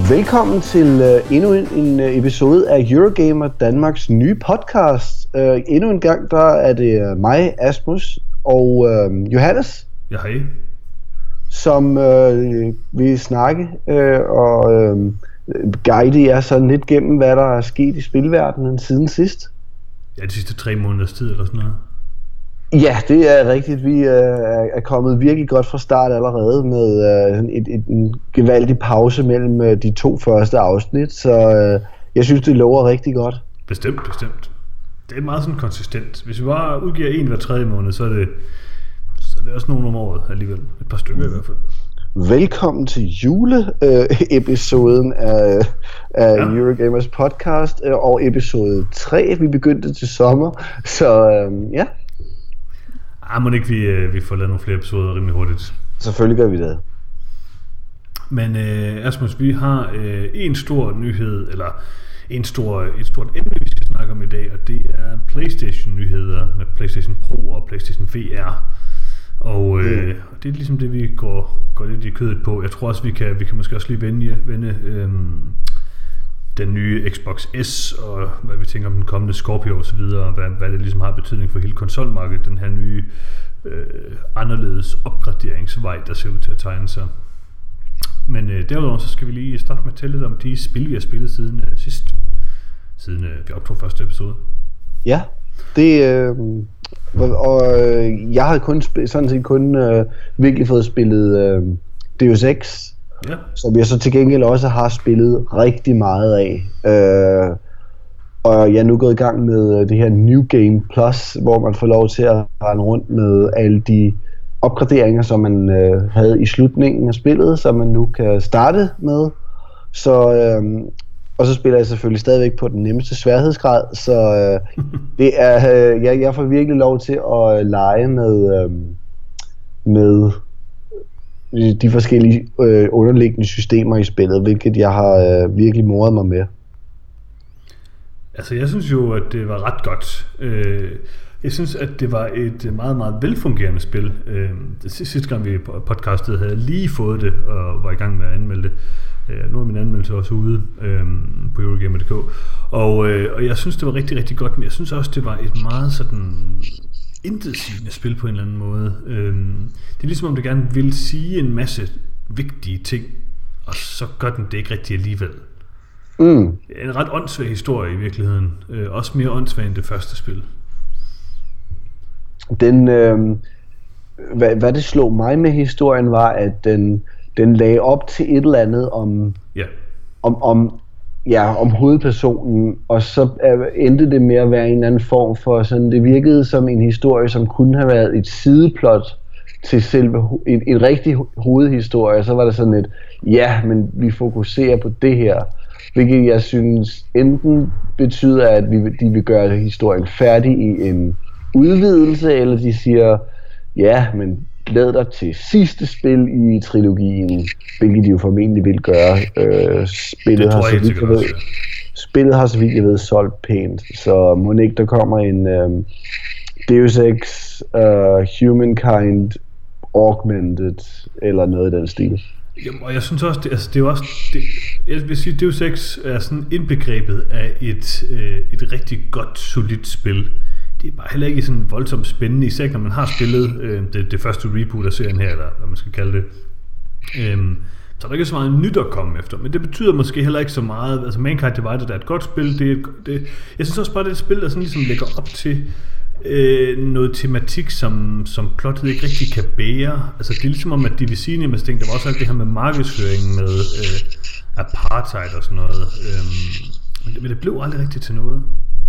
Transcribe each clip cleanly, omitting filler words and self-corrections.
Velkommen til endnu en episode af Eurogamer, Danmarks nye podcast. Endnu en gang, der er det mig, Asmus, og Johannes. Ja, hej. Som vil snakke og guide jer sådan lidt gennem, hvad der er sket i spilverdenen siden sidst. Ja, de sidste 3 måneders tid eller sådan noget. Ja, det er rigtigt. Vi er kommet virkelig godt fra start allerede med en gevaldig pause mellem de 2 første afsnit, så jeg synes, det lover rigtig godt. Bestemt. Det er meget sådan konsistent. Hvis vi bare udgiver 1 hver 3. måned, så er det også nogle om året alligevel. Et par stykker i hvert fald. Velkommen til juleepisoden af Eurogamers podcast, og episode 3. Vi begyndte til sommer, så ja. Må ikke vi får lavet nogle flere episoder rimelig hurtigt. Selvfølgelig gør vi det. Men Asmus, vi har en stor nyhed, eller et stort emne, vi skal snakke om i dag, og det er PlayStation-nyheder med PlayStation Pro og PlayStation VR. Og det er ligesom det, vi går lidt i kødet på. Jeg tror også, vi kan måske også lige vende den nye Xbox S, og hvad vi tænker om den kommende Scorpio og så videre, hvad det ligesom har betydning for hele konsolmarkedet, den her nye anderledes opgraderingsvej, der ser ud til at tegne sig. Men derudover så skal vi lige starte med at tælle lidt om de spil, vi har spillet siden vi optog første episode. Ja, det og jeg har sådan set kun virkelig fået spillet Deus Ex. Ja. Som jeg så til gengæld også har spillet rigtig meget af. Og jeg er nu gået i gang med det her New Game Plus, hvor man får lov til at rende rundt med alle de opgraderinger, som man havde i slutningen af spillet, som man nu kan starte med. Så, og så spiller jeg selvfølgelig stadigvæk på den nemmeste sværhedsgrad, så det er, jeg får virkelig lov til at lege med de forskellige underliggende systemer i spillet, hvilket jeg har virkelig moret mig med. Altså jeg synes jo, at det var ret godt. Jeg synes, at det var et meget, meget velfungerende spil. Sidste gang vi podcastet havde lige fået det og var i gang med at anmelde det. Nu er min anmeldelse også ude på Eurogamer.dk. Og jeg synes, det var rigtig, rigtig godt, men jeg synes også, det var et meget sådan intetsigende spil på en eller anden måde. Det er ligesom om det gerne vil sige en masse vigtige ting, og så gør den det ikke rigtig alligevel. En ret åndssvag historie i virkeligheden. Også mere åndssvag end det første spil. Hvad det slog mig med historien var, at den lagde op til et eller andet om hovedpersonen, og så endte det med at være en eller anden form for sådan, det virkede som en historie, som kunne have været et sideplot til selve en rigtig hovedhistorie, og så var det sådan et, men vi fokuserer på det her, hvilket jeg synes enten betyder, at de vil gøre historien færdig i en udvidelse, eller de siger, men glæd dig til sidste spil i trilogien, hvilket de jo formentlig vil gøre. Spillet har så vidt jeg ved solgt pænt, så må ikke der kommer en Deus Ex Humankind Augmented eller noget i den stil. Jamen, og jeg synes også, det er jo også, jeg vil sige, Deus Ex er sådan indbegrebet af et rigtig godt, solidt spil. Det er bare heller ikke sådan voldsomt spændende, især når man har spillet det første reboot af serien her, eller hvad man skal kalde det. Så er der ikke så meget nyt at komme efter, men det betyder måske heller ikke så meget. Altså Mankind Divided er et godt spil. Jeg synes også bare, det er et spil, der sådan ligesom lægger op til noget tematik, som plottet ikke rigtig kan bære. Altså det er ligesom om, at Division Instinct, der var også alt det her med markedsføring med apartheid og sådan noget. Men det blev aldrig rigtigt til noget.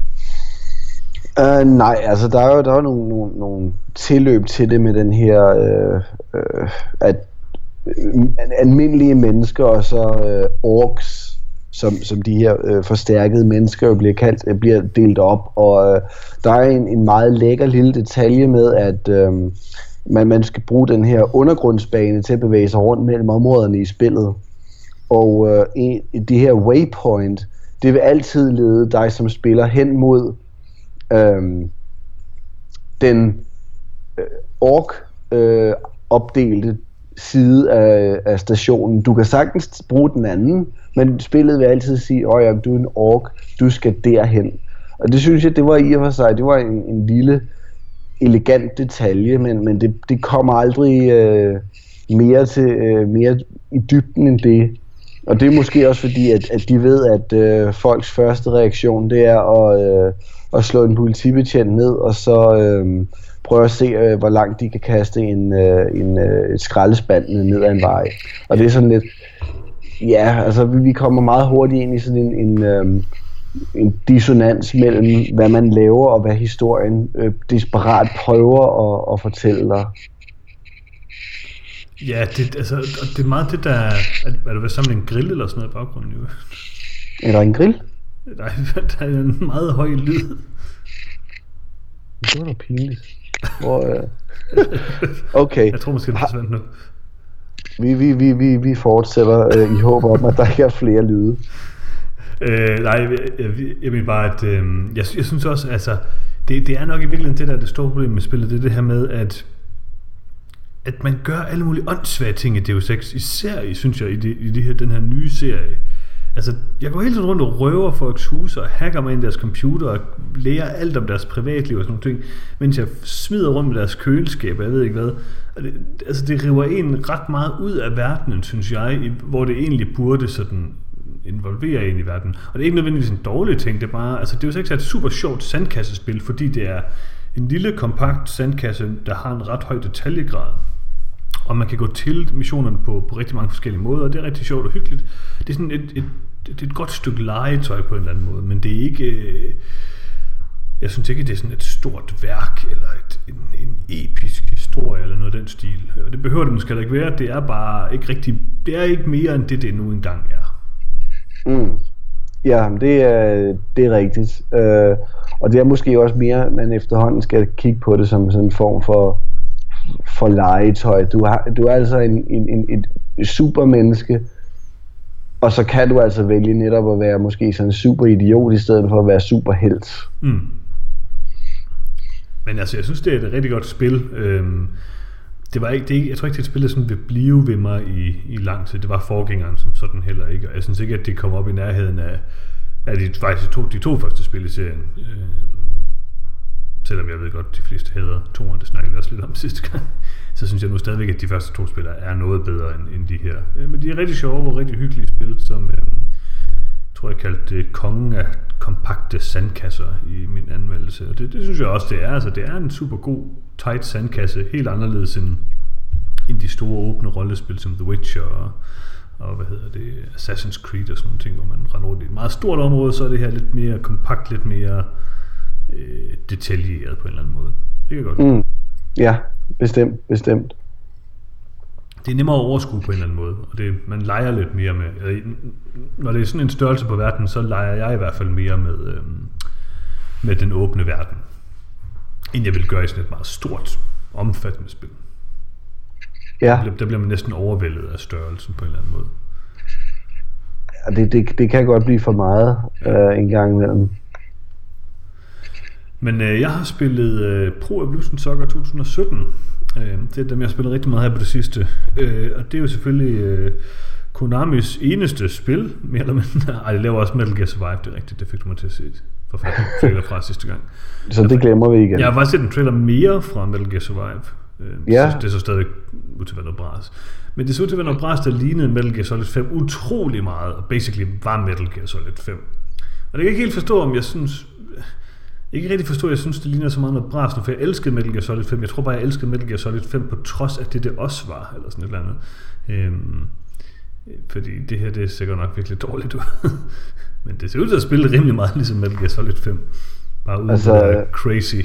Nej, altså der er jo nogle tilløb til det med den her at almindelige mennesker og så orks, som de her forstærkede mennesker bliver delt op, og der er en meget lækker lille detalje med, at man skal bruge den her undergrundsbane til at bevæge sig rundt mellem områderne i spillet, og det her waypoint, det vil altid lede dig som spiller hen mod den ork opdelte side af stationen. Du kan sagtens bruge den anden, men spillet vil altid sige, ja, du er en ork, du skal derhen. Og det synes jeg, det var i og for sig, det var en lille elegant detalje, men det kommer aldrig mere i dybden end det. Og det er måske også fordi, at de ved, at folks første reaktion, det er at slå en politibetjent ned, og så prøve at se, hvor langt de kan kaste et skraldespand ned ad en vej. Og det er sådan lidt, ja, altså vi kommer meget hurtigt ind i sådan en dissonans mellem, hvad man laver, og hvad historien desperat prøver at fortælle dig. Ja, det er meget det der... Er du ved at samle en grill eller sådan noget i baggrunden? Jo? Er der en grill? Nej, der er en meget høj lyd. Det var da pinligt. Okay. Jeg tror måske, det er svært nu. Vi fortsætter i håb om, at der ikke er flere lyde. Nej, jeg mener bare, at jeg synes også, altså, det er nok i virkeligheden det der det store problem med spillet, det er det her med, at man gør alle mulige åndssvage ting i Deus Ex, især synes jeg i den her nye serie. Altså, jeg går hele tiden rundt og røver folks huse og hacker mig ind i deres computer og lærer alt om deres privatliv og sådan nogle ting, mens jeg smider rundt med deres køleskab, jeg ved ikke hvad. Det river en ret meget ud af verdenen, synes jeg, hvor det egentlig burde sådan involvere en i verden. Og det er ikke nødvendigvis en dårlig ting, det er bare, altså Deus Ex er et super sjovt sandkassespil, fordi det er en lille, kompakt sandkasse, der har en ret høj detaljegrad. Og man kan gå til missionerne på rigtig mange forskellige måder, og det er rigtig sjovt og hyggeligt. Det er sådan et godt stykke legetøj på en eller anden måde, men det er ikke... Jeg synes ikke, det er sådan et stort værk, eller en episk historie, eller noget af den stil. Og det behøver det måske ikke være, det er bare ikke rigtig... Det er ikke mere, end det nu engang er. Ja, det er rigtigt. Og det er måske også mere, man efterhånden skal kigge på det som sådan en form for legetøj. Du er altså et supermenneske, og så kan du altså vælge netop at være måske sådan en super idiot i stedet for at være superhelt. Men altså, jeg synes, det er et rigtig godt spil. Jeg tror ikke, det er et spil, der sådan vil blive ved mig i lang tid. Det var forgængeren som sådan heller ikke. Og jeg synes ikke, at det kommer op i nærheden af de to første spil i serien. Selvom jeg ved godt, de fleste hader toeren, det snakkede vi også lidt om sidste gang, så synes jeg nu stadigvæk, at de første to spil er noget bedre end de her. Men de er rigtig sjove og rigtig hyggelige spil, som jeg tror, jeg kaldte det kongen af kompakte sandkasser i min anmeldelse. Og det synes jeg også, det er. Altså, det er en super god, tight sandkasse, helt anderledes end de store åbne rollespil som The Witcher og Assassin's Creed og sådan nogle ting, hvor man render rundt i et meget stort område, så er det her lidt mere kompakt, lidt mere detaljeret på en eller anden måde. Det kan godt. Ja, bestemt. Det er nemmere at overskue på en eller anden måde, og man leger lidt mere med. Når det er sådan en størrelse på verden, så leger jeg i hvert fald mere med den åbne verden, end jeg vil gøre i sådan et meget stort, omfattende spil. Ja. Der bliver man næsten overvældet af størrelsen på en eller anden måde. Ja, det kan godt blive for meget en gang imellem. Men jeg har spillet Pro Evolution Soccer 2017. Det er dem, jeg har spillet rigtig meget her på det sidste. Og det er jo selvfølgelig Konamis eneste spil, mere eller mindre. Ej, det laver også Metal Gear Survive, det er rigtigt. Det fik du mig til at se forfærdelig trailer fra sidste gang. Så det glemmer vi igen. Jeg har faktisk set en trailer mere fra Metal Gear Survive. Ja. Det er så stadig ud til at være noget bras. Men det så ud til at være noget bras, der lignede Metal Gear Solid 5 utrolig meget, og basically var Metal Gear Solid 5. Og det kan jeg ikke helt forstå, om jeg synes... Ikke rigtig forstå, jeg synes, det ligner så meget noget bras nu, for jeg elskede Metal Gear Solid 5. Jeg tror bare, jeg elskede Metal Gear Solid 5 på trods af det også var, eller sådan et eller andet. Fordi det her, det er sikkert nok virkelig dårligt ud. Men det ser ud til at spille rimelig meget ligesom Metal Gear Solid 5. Bare uden altså, det crazy.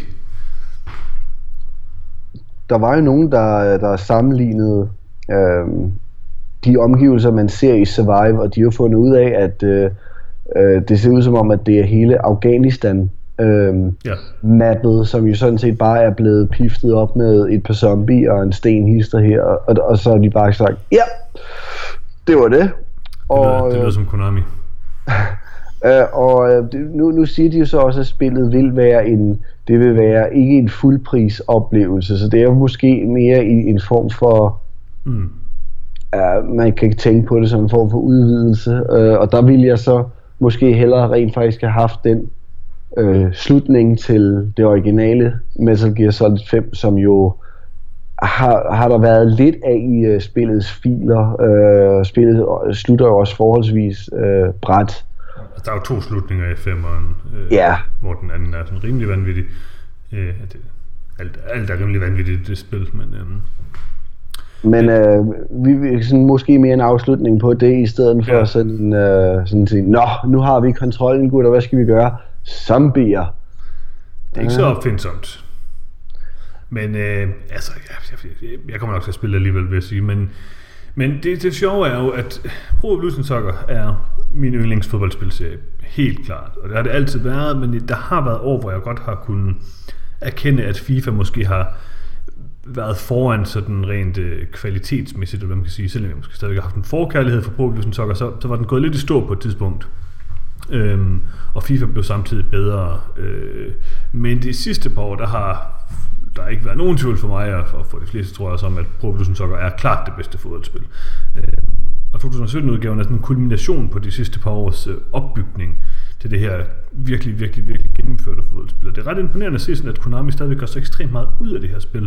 Der var jo nogen, der sammenlignede de omgivelser, man ser i Survive, og de har fundet ud af, at det ser ud som om, at det er hele Afghanistan, mappet, som jo sådan set bare er blevet piftet op med et par zombier og en stenhister her, og så har de bare sagt, ja, det var det. Det lyder som Konami. Nu siger de jo så også, at spillet vil være ikke en fuldpris oplevelse, så det er måske mere i en form for man kan tænke på det som en form for udvidelse, og der ville jeg så måske hellere rent faktisk have haft den slutning til det originale Metal Gear Solid 5, som jo har der været lidt af i spillets filer. Spillet slutter jo også forholdsvis brat. Der er jo 2 slutninger i 5'eren, hvor den anden er sådan rimelig vanvittig. Alt er rimelig vanvittigt i det spil, men vi vil sådan måske mere en afslutning på det, i stedet for sådan sige, nå, nu har vi kontrollen, gutter, hvad skal vi gøre? Zombier. Det er ikke så opfindsomt. Men jeg kommer nok til at spille alligevel, vil jeg sige. Men det sjove er jo, at Pro Evolution Soccer er min yndlingsfodboldspilserie. Helt klart. Og det har det altid været, men der har været år, hvor jeg godt har kunnet erkende, at FIFA måske har været foran sådan rent kvalitetsmæssigt, hvad man kan sige. Selvom jeg måske stadig har haft en forkærlighed for Pro Evolution Soccer, så var den gået lidt i stå på et tidspunkt. Og FIFA blev samtidig bedre. Men de sidste par år, der har der ikke været nogen tvivl for mig, og for de fleste tror jeg også om, at Pro Evolution Soccer er klart det bedste fodboldspil. Og 2017-udgaven er sådan en kulmination på de sidste par års opbygning til det her virkelig gennemførte fodboldspil. Og det er ret imponerende at se sådan, at Konami stadigvæk gør så ekstremt meget ud af det her spil,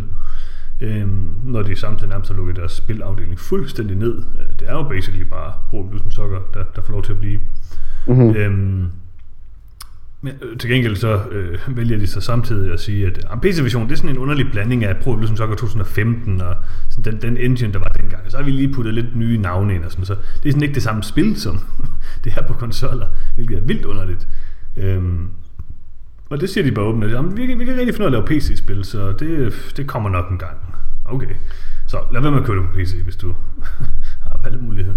når de samtidig nærmest har lukket deres spilafdeling fuldstændig ned. Det er jo basically bare Pro Evolution Soccer, der får lov til at blive. Mm-hmm. Men til gengæld så vælger de så samtidig at sige, at PC-versionen, det er sådan en underlig blanding af Pro Evolution Soccer 2015 og sådan den engine, der var dengang. Så har vi lige puttet lidt nye navne ind og sådan, så det er sådan ikke det samme spil som det her på konsoller, hvilket er vildt underligt. Og det siger de bare åbent, at vi kan rigtig finde ud af at lave PC-spil, så det kommer nok en gang. Okay, så lad være med at købe det på PC, hvis du har valgmuligheden.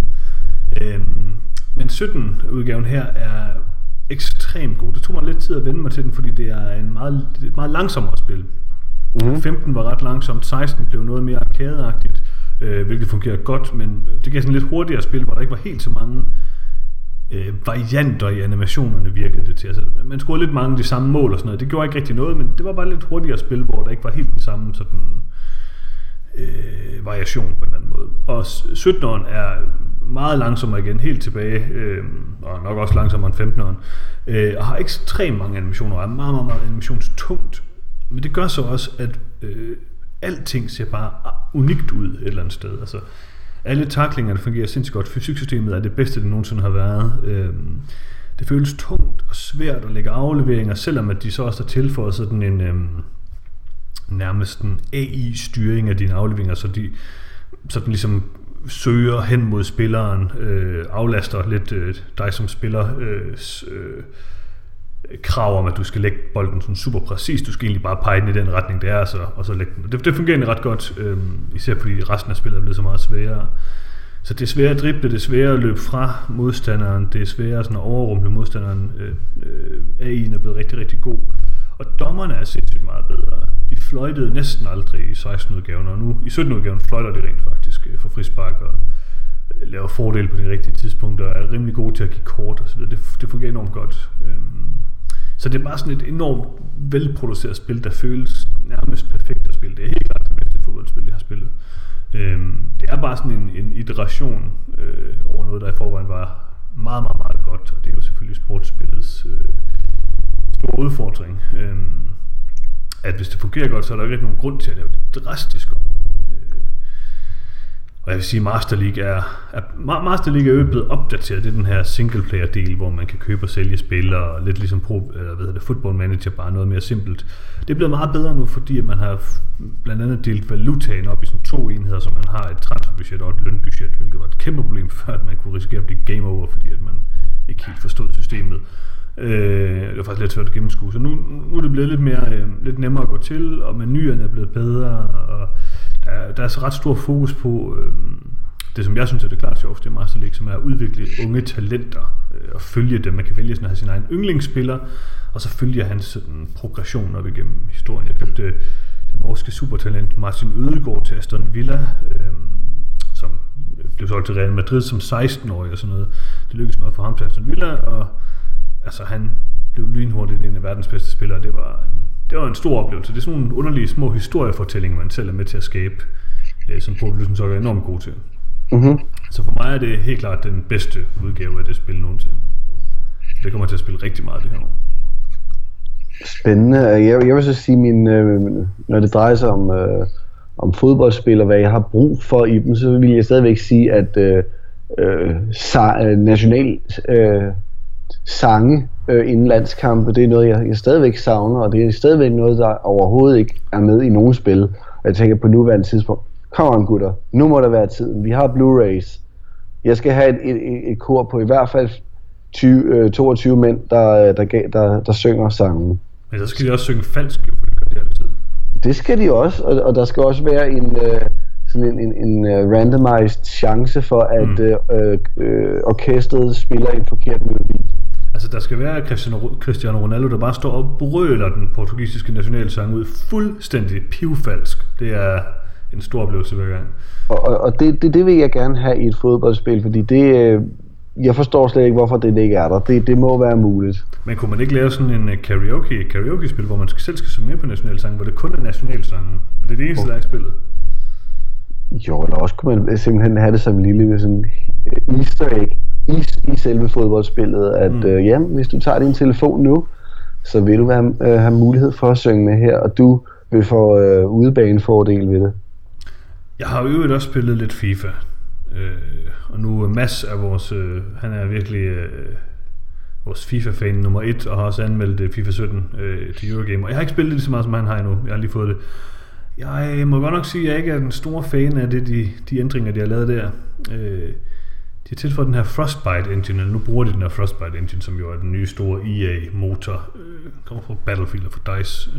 Men 17-udgaven her er ekstremt god. Det tog mig lidt tid at vende mig til den, fordi det er et meget langsommere spil. 15 var ret langsomt, 16 blev noget mere arcade-agtigt, hvilket fungerer godt, men det gav sådan lidt hurtigere spil, hvor der ikke var helt så mange varianter i animationerne, virkede det til. Altså, man scorede lidt mange af de samme mål og sådan noget. Det gjorde ikke rigtig noget, men det var bare lidt hurtigere spil, hvor der ikke var helt den samme sådan variation på en anden måde. Og 17'eren er meget langsommere igen, helt tilbage, og nok også langsommere end 15'eren, og har ekstremt mange animationer, og er meget animationstungt. Men det gør så også, at alting ser bare unikt ud et eller andet sted. Altså, alle taklingerne fungerer sindssygt godt. Fysiksystemet er det bedste, det nogensinde har været. Det føles tungt og svært at lægge afleveringer, selvom at de så også har tilføjet sådan en nærmest en AI-styring af dine afleveringer, så den ligesom søger hen mod spilleren, aflaster lidt dig som spiller, krav om, at du skal lægge bolden sådan super præcis. Du skal egentlig bare pege den i den retning, det er, og så lægge den. Det fungerer egentlig ret godt, især fordi resten af spillet er blevet så meget sværere. Så det er sværere at drible, det er sværere at løbe fra modstanderen, det er sværere sådan at overrumple modstanderen. AI'en er blevet rigtig god. Og dommerne er sindssygt meget bedre. De fløjtede næsten aldrig i 16-udgaven, og nu i 17-udgaven fløjter de rent faktisk for frispark og laver fordel på de rigtige tidspunkter, og er rimelig gode til at give kort og så videre. Det fungerer enormt godt. Så det er bare sådan et enormt velproduceret spil, der føles nærmest perfekt at spille. Det er helt klart det bedste fodboldspil, jeg har spillet. Det er bare sådan en iteration over noget, der i forvejen var meget godt, og det er jo selvfølgelig sportsspillets store udfordring. At hvis det fungerer godt, så er der ikke nogen grund til at lave det drastisk om. Og jeg vil sige, Master League er jo blevet opdateret. Det er den her singleplayer-del, hvor man kan købe og sælge spil, og lidt ligesom Football Manager, bare noget mere simpelt. Det er blevet meget bedre nu, fordi at man har blandt andet delt valutaen op i sådan 2 enheder, så man har et transferbudget og et lønbudget, hvilket var et kæmpe problem før, at man kunne risikere at blive game over, fordi at man ikke helt forstod systemet. Det var faktisk lidt svært at gennemskue, så nu er det blevet lidt nemmere at gå til, og menuerne er blevet bedre, og der er så ret stor fokus på det, som jeg synes er det klart sjoveste i Master League, som er at udvikle unge talenter og følge dem. Man kan vælge sådan at have sin egen yndlingsspiller, og så følger hans sådan progression op igennem historien. Jeg købte den norske supertalent Martin Ødegaard til Aston Villa, som blev solgt til Real Madrid som 16-årig og sådan noget. Det lykkedes mig at få ham til Aston Villa, og altså han blev lynhurtigt en af verdens bedste spillere. Det var en stor oplevelse. Det er sådan nogle underlige små historiefortællinger, man selv er med til at skabe, som Pro Evolution Soccer er enormt god til. Mm-hmm. Så for mig er det helt klart den bedste udgave af det spil nogensinde. Det kommer til at spille rigtig meget det her år. Spændende. Jeg vil så sige, når det drejer sig om fodboldspil og hvad jeg har brug for i dem, så vil jeg stadigvæk sige, at national sange inden landskampe, det er noget, jeg stadigvæk savner, og det er stadigvæk noget, der overhovedet ikke er med i nogen spil. Og jeg tænker på nuværende tidspunkt, kom on gutter, nu må der være tiden. Vi har Blu-rays. Jeg skal have et kor på i hvert fald 22 mænd, der synger sangen. Men så skal de også synge falsk, for det gør de altid. Det skal de også, og der skal også være en randomized chance for, at orkestret spiller en forkert melodi. Altså der skal være Cristiano Ronaldo, der bare står og brøler den portugisiske nationalsang ud fuldstændig pivfalsk. Det er en stor oplevelse hver gang. Og det vil jeg gerne have i et fodboldspil, fordi jeg forstår slet ikke, hvorfor det ikke er der. Det må være muligt. Men kunne man ikke lave sådan en karaoke-spil, hvor man selv skal synge med på nationalsangen, hvor det kun er nationalsangen, og det er det eneste, der er i spillet? Jo, eller også kunne man simpelthen have det som en lille sådan easter egg i selve fodboldspillet, at hvis du tager din telefon nu, så vil du have mulighed for at synge med her, og du vil få udebanefordel ved det. Jeg har jo også spillet lidt FIFA, og nu Mads er han er virkelig vores FIFA-fan nummer 1, og har også anmeldt FIFA 17 til Eurogame, og jeg har ikke spillet det så meget, som han har endnu. Jeg har lige fået det. Jeg må godt nok sige, at jeg ikke er den store fan af de ændringer, de har lavet der. De har tilføjet den her Frostbite engine, eller nu bruger de den her Frostbite engine, som jo er den nye store EA-motor, kommer fra Battlefield og fra DICE.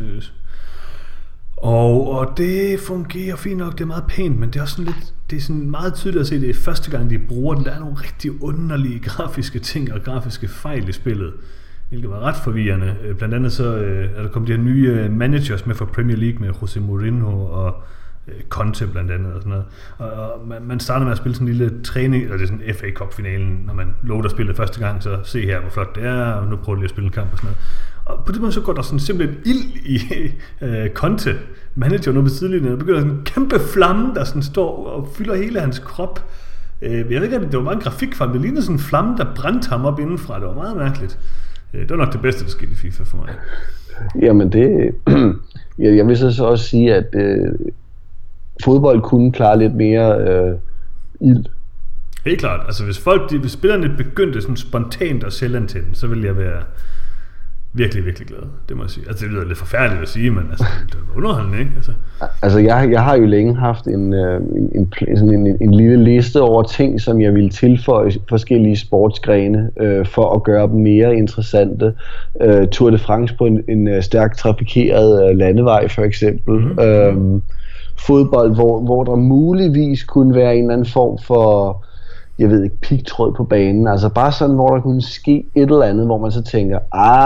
Og det fungerer fint nok, det er meget pænt, men det er også sådan lidt, det er sådan meget tydeligt at se, det er første gang, de bruger den. Der er nogle rigtig underlige grafiske ting og grafiske fejl i spillet, hvilket var ret forvirrende. Blandt andet så er der kommet de her nye managers med fra Premier League med Jose Mourinho og Conte blandt andet og sådan noget. Og man starter med at spille sådan en lille træning, eller det er sådan FA Cup-finalen, når man loader spillet første gang, så se her, hvor flot det er, og nu prøver de at spille en kamp og sådan noget. Og på det måde så går der sådan simpelthen ild i Conte, manager nu på sidelinjen, og begynder sådan en kæmpe flamme, der sådan står og fylder hele hans krop. Jeg ved ikke, det var meget en grafikfejl, det lignede sådan en flamme, der brændte ham op indenfra. Det var meget mærkeligt. Det var nok det bedste, der skete i FIFA for mig. Jamen jeg vil så også sige, at fodbold kunne klare lidt mere ild. Helt klart. Altså hvis spillerne begyndte sådan spontant at selvantænde, så ville jeg være virkelig, virkelig glad. Det må jeg sige. Altså det lyder lidt forfærdeligt at sige, men altså, det var underholdende, ikke? Altså jeg har jo længe haft en lille liste over ting, som jeg ville tilføje forskellige sportsgrene for at gøre dem mere interessante. Tour de France på en stærkt trafikeret landevej for eksempel. Mm-hmm. Fodbold, hvor der muligvis kunne være en eller anden form for, jeg ved ikke, pigtråd på banen. Altså bare sådan, hvor der kunne ske et eller andet, hvor man så tænker,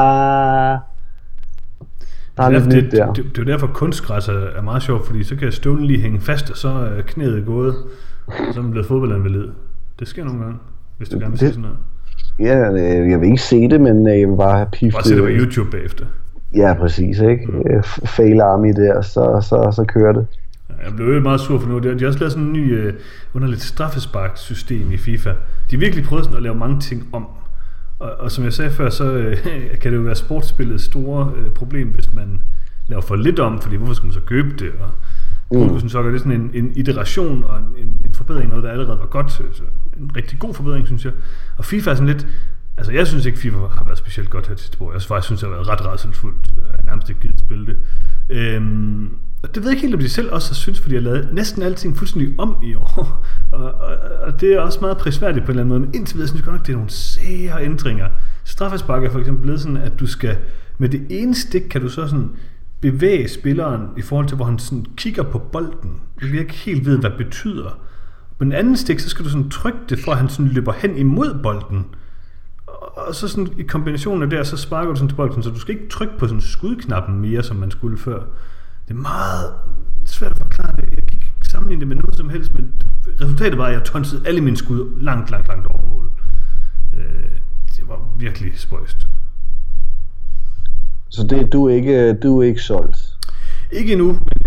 der er lidt nyt der. Det er derfor kunstgræs er meget sjovt, fordi så kan støvlen lige hænge fast, og så er knæet gået, og så er man blevet fodboldinvalid. Det sker nogle gange, hvis du gerne vil se sådan noget. Ja, jeg vil ikke se det, men jeg vil bare have piftet. Bare se det på YouTube bagefter. Ja, præcis, ikke? Fail army der, så kører det. Jeg blev jo meget sur for nu. De har også lavet sådan en ny underligt straffesparksystem i FIFA. De har virkelig prøvet sådan at lave mange ting om. Og som jeg sagde før, så kan det jo være sportsspillets store problem, hvis man laver for lidt om, fordi hvorfor skulle man så købe det? Og så gør det sådan en iteration og en forbedring, noget der allerede var godt. Så en rigtig god forbedring, synes jeg. Og FIFA er sådan lidt. Altså jeg synes ikke FIFA har været specielt godt her til spor. Jeg faktisk synes det har været ret rædselsfuldt. Jeg har nærmest ikke givet spille det. Og det ved jeg ikke helt, om de selv også har synes, fordi jeg har lavet næsten alting fuldstændig om i år. Og det er også meget prisværdigt på en eller anden måde. Men indtil videre synes jeg godt nok, det er nogle sære ændringer. Straffespark er for eksempel blevet sådan, at du skal med det ene stik, kan du så sådan bevæge spilleren i forhold til, hvor han sådan kigger på bolden. Jeg vil ikke helt vide, hvad det betyder. På den anden stik, så skal du sådan trykke det, for at han sådan løber hen imod bolden. Og så sådan i kombinationen af det, så sparker du sådan til bolden, så du skal ikke trykke på sådan skudknappen mere, som man skulle før. Det er meget svært at forklare det. Jeg kan ikke sammenligne det med noget som helst, men resultatet var, at jeg tonsede alle mine skud langt over mål. Det var virkelig spøjst. Så det du er ikke solgt? Ikke endnu, men jeg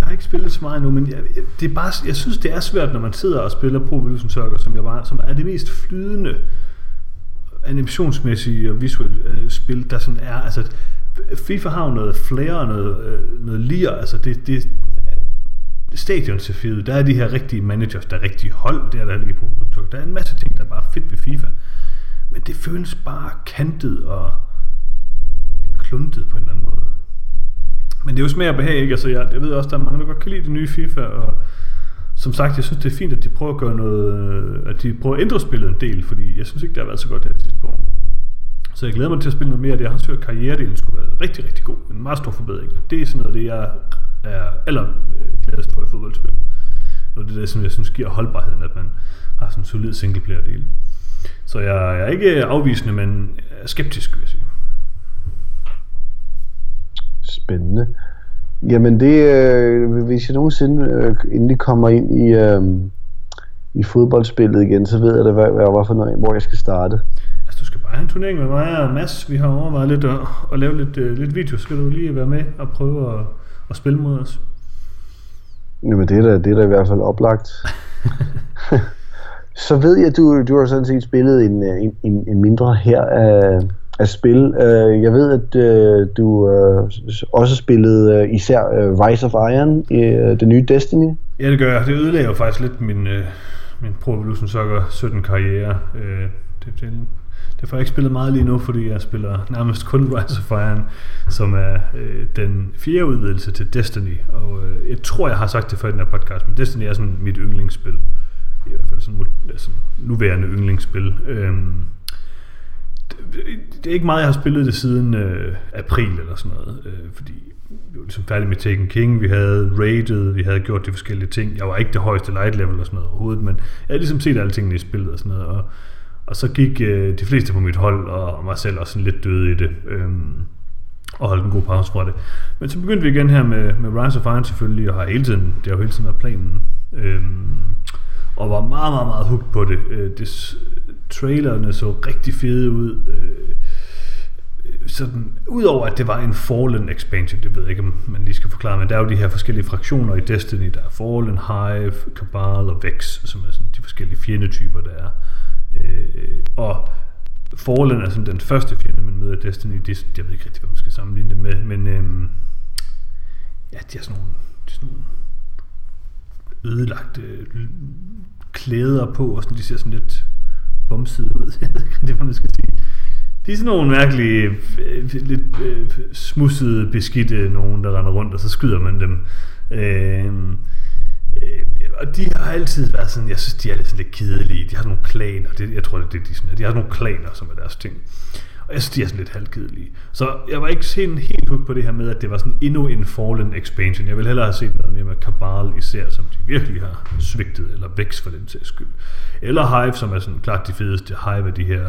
har ikke spillet så meget endnu, men det er bare, jeg synes, det er svært, når man sidder og spiller Pro Evolution Soccer, som er det mest flydende animationsmæssige og visuelle spil, der sådan er. Altså, FIFA har jo noget flair og noget lir, altså det stadioncefiet, der er de her rigtige managers, der er rigtige hold, det er der lige på. Der er en masse ting, der er bare fedt ved FIFA, men det føles bare kantet og kluntet på en eller anden måde. Men det er jo smag og behag, ikke? Altså, jeg ved også, der er mange, der godt kan lide det nye FIFA, og som sagt, jeg synes, det er fint, at de prøver at gøre noget, at de prøver at ændre spillet en del, fordi jeg synes ikke, det har været så godt her sidste på. Så jeg glæder mig til at spille noget mere af det. Jeg har hørt, at karrieredelen skulle være rigtig, rigtig god. En meget stor forbedring. Det er sådan noget, det jeg er allergladest for i fodboldspil. Og det er det, som jeg synes giver holdbarheden, at man har sådan en solid singleplayer-del. Så jeg er ikke afvisende, men er skeptisk, vil jeg sige. Spændende. Jamen det, hvis jeg nogensinde endelig kommer ind i fodboldspillet igen, så ved jeg da, hvad for noget, hvor jeg skal starte. Altså, du skal bare have en turnering med mig og Mads. Vi har overvejet lidt at lave lidt video. Skal du lige være med og prøve at spille mod os? Jamen det er da i hvert fald oplagt. Så ved jeg, at du har sådan set spillet en mindre her af spil. Jeg ved, at du også spillede især Rise of Iron, det nye Destiny. Ja, det gør jeg. Det ødelagde jo faktisk lidt min Pro Evolution Soccer 17 karriere. Det får jeg ikke spillet meget lige nu, fordi jeg spiller nærmest kun Rise of Iron, som er den 4. udvidelse til Destiny. Og jeg tror, jeg har sagt det før i den her podcast, men Destiny er sådan mit yndlingsspil. I hvert fald sådan nuværende yndlingsspil. Det er ikke meget, jeg har spillet det siden april eller sådan noget, fordi vi var ligesom færdige med Taken King, vi havde raided, vi havde gjort de forskellige ting. Jeg var ikke det højeste light level og sådan noget overhovedet, men jeg havde ligesom set alle tingene i spillet og sådan noget, og så gik de fleste på mit hold og mig selv også sådan lidt døde i det, og holdt en god pause fra det. Men så begyndte vi igen her med Rise of Iron selvfølgelig, og det har jo hele tiden været planen, og var meget, meget, meget hooked på det. Trailerne så rigtig fede ud. Sådan, udover at det var en Fallen expansion, det ved jeg ikke, om man lige skal forklare, men der er jo de her forskellige fraktioner i Destiny. Der er Fallen, Hive, Cabal og Vex, som er sådan de forskellige fjendetyper, der er. Og Fallen er sådan den første fjende, man møder i Destiny. Jeg ved ikke rigtig, hvad man skal sammenligne det med, men ja, de har sådan nogle ødelagte klæder på, og sådan, de ser sådan lidt bumsede ud. Jeg ved ikke rigtig, hvad man skal sige. De er sådan nogle mærkelige, lidt smudsede, beskidte nogen, der render rundt, og så skyder man dem. Og de har altid været sådan, jeg synes, de er sådan lidt kedelige. De har sådan nogle klaner, jeg tror, det er de sådan, de har sådan nogle klaner, som er deres ting. Og jeg synes, de er sådan lidt halvkedelige. Så jeg var ikke helt hooked på det her med, at det var sådan endnu en Fallen expansion. Jeg ville hellere have set noget mere med Cabal især, som de virkelig har svigtet, eller Vex for den sags skyld. Eller Hive, som er sådan klart de fedeste. Hive er de her,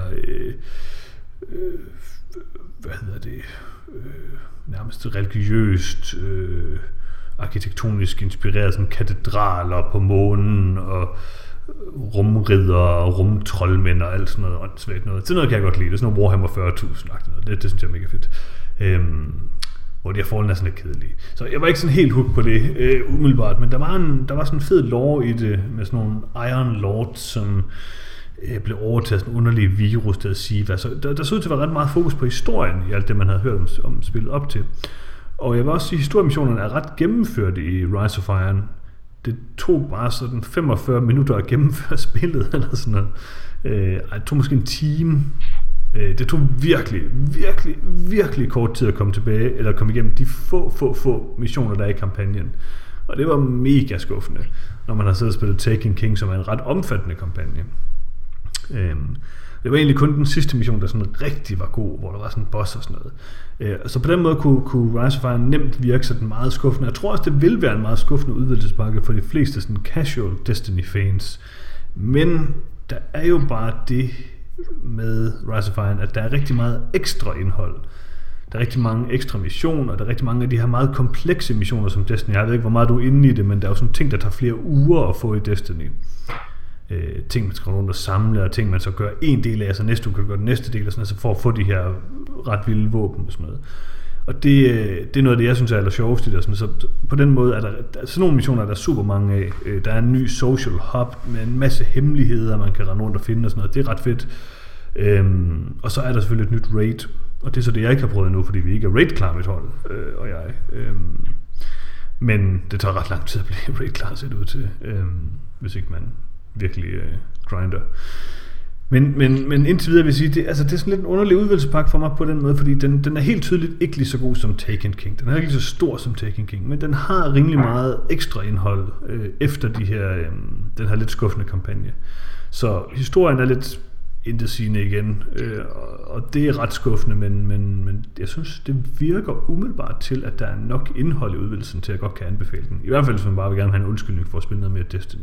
nærmest religiøst, arkitektonisk inspireret, sådan katedraler på månen, og rumridder og rumtroldmænd og alt sådan noget åndssvagt noget. Sådan noget kan jeg godt lide. Det er sådan noget Warhammer 40.000 noget. Det synes jeg er mega fedt. Hvor de her Fallen er sådan lidt kedelige. Så jeg var ikke sådan helt hooked på det umiddelbart, men der var sådan en fed lore i det, med sådan nogle Iron Lords, som blev overtaget sådan en underlig virus, der Siva. Så der så ud til at være ret meget fokus på historien i alt det, man havde hørt om spillet op til. Og jeg vil også sige, at historiemissionerne er ret gennemført i Rise of Iron. Det tog bare sådan 45 minutter at gennemføre spillet, eller sådan noget. Det tog måske en time. Det tog virkelig, virkelig, virkelig kort tid at komme tilbage, eller komme igennem de få missioner, der er i kampagnen. Og det var mega skuffende, når man har siddet og spillet Taken King, som er en ret omfattende kampagne. Det var egentlig kun den sidste mission, der sådan rigtig var god, hvor der var sådan en boss og sådan noget. Så på den måde kunne Rise of Iron nemt virke sådan meget skuffende. Jeg tror også, det vil være en meget skuffende udvidelsespakke for de fleste sådan casual Destiny-fans. Men der er jo bare det med Rise of Iron, at der er rigtig meget ekstra indhold. Der er rigtig mange ekstra missioner, der er rigtig mange af de her meget komplekse missioner som Destiny. Jeg ved ikke, hvor meget du er inde i det, men der er jo sådan ting, der tager flere uger at få i Destiny. Ting, man skal rundt og samle, og ting, man så gør en del af, så næste uge kan du gøre den næste del, og sådan, altså for at få de her ret vilde våben og sådan noget. Og det er noget af det, jeg synes er aller sjovest i det. Så på den måde er der sådan nogle missioner, der er super mange af. Der er en ny social hub med en masse hemmeligheder, man kan rende rundt og finde og sådan noget. Det er ret fedt. Og så er der selvfølgelig et nyt raid. Og det er så det, jeg ikke har prøvet endnu, fordi vi ikke er raid-klar mit hold, og jeg. Men det tager ret lang tid at blive raid-klar, ser det ud til, hvis ikke man virkelig grinder. Men indtil videre vil jeg sige, det er sådan lidt en underlig udvalgspakke for mig på den måde, fordi den er helt tydeligt ikke lige så god som Taken King. Den er ikke lige så stor som Taken King, men den har rimelig meget ekstra indhold efter den her lidt skuffende kampagne. Så historien er lidt intetsigende igen, og det er ret skuffende, men jeg synes, det virker umiddelbart til, at der er nok indhold i udvidelsen til, at jeg godt kan anbefale den. I hvert fald, hvis man bare vil gerne have en undskyldning for at spille noget mere Destiny.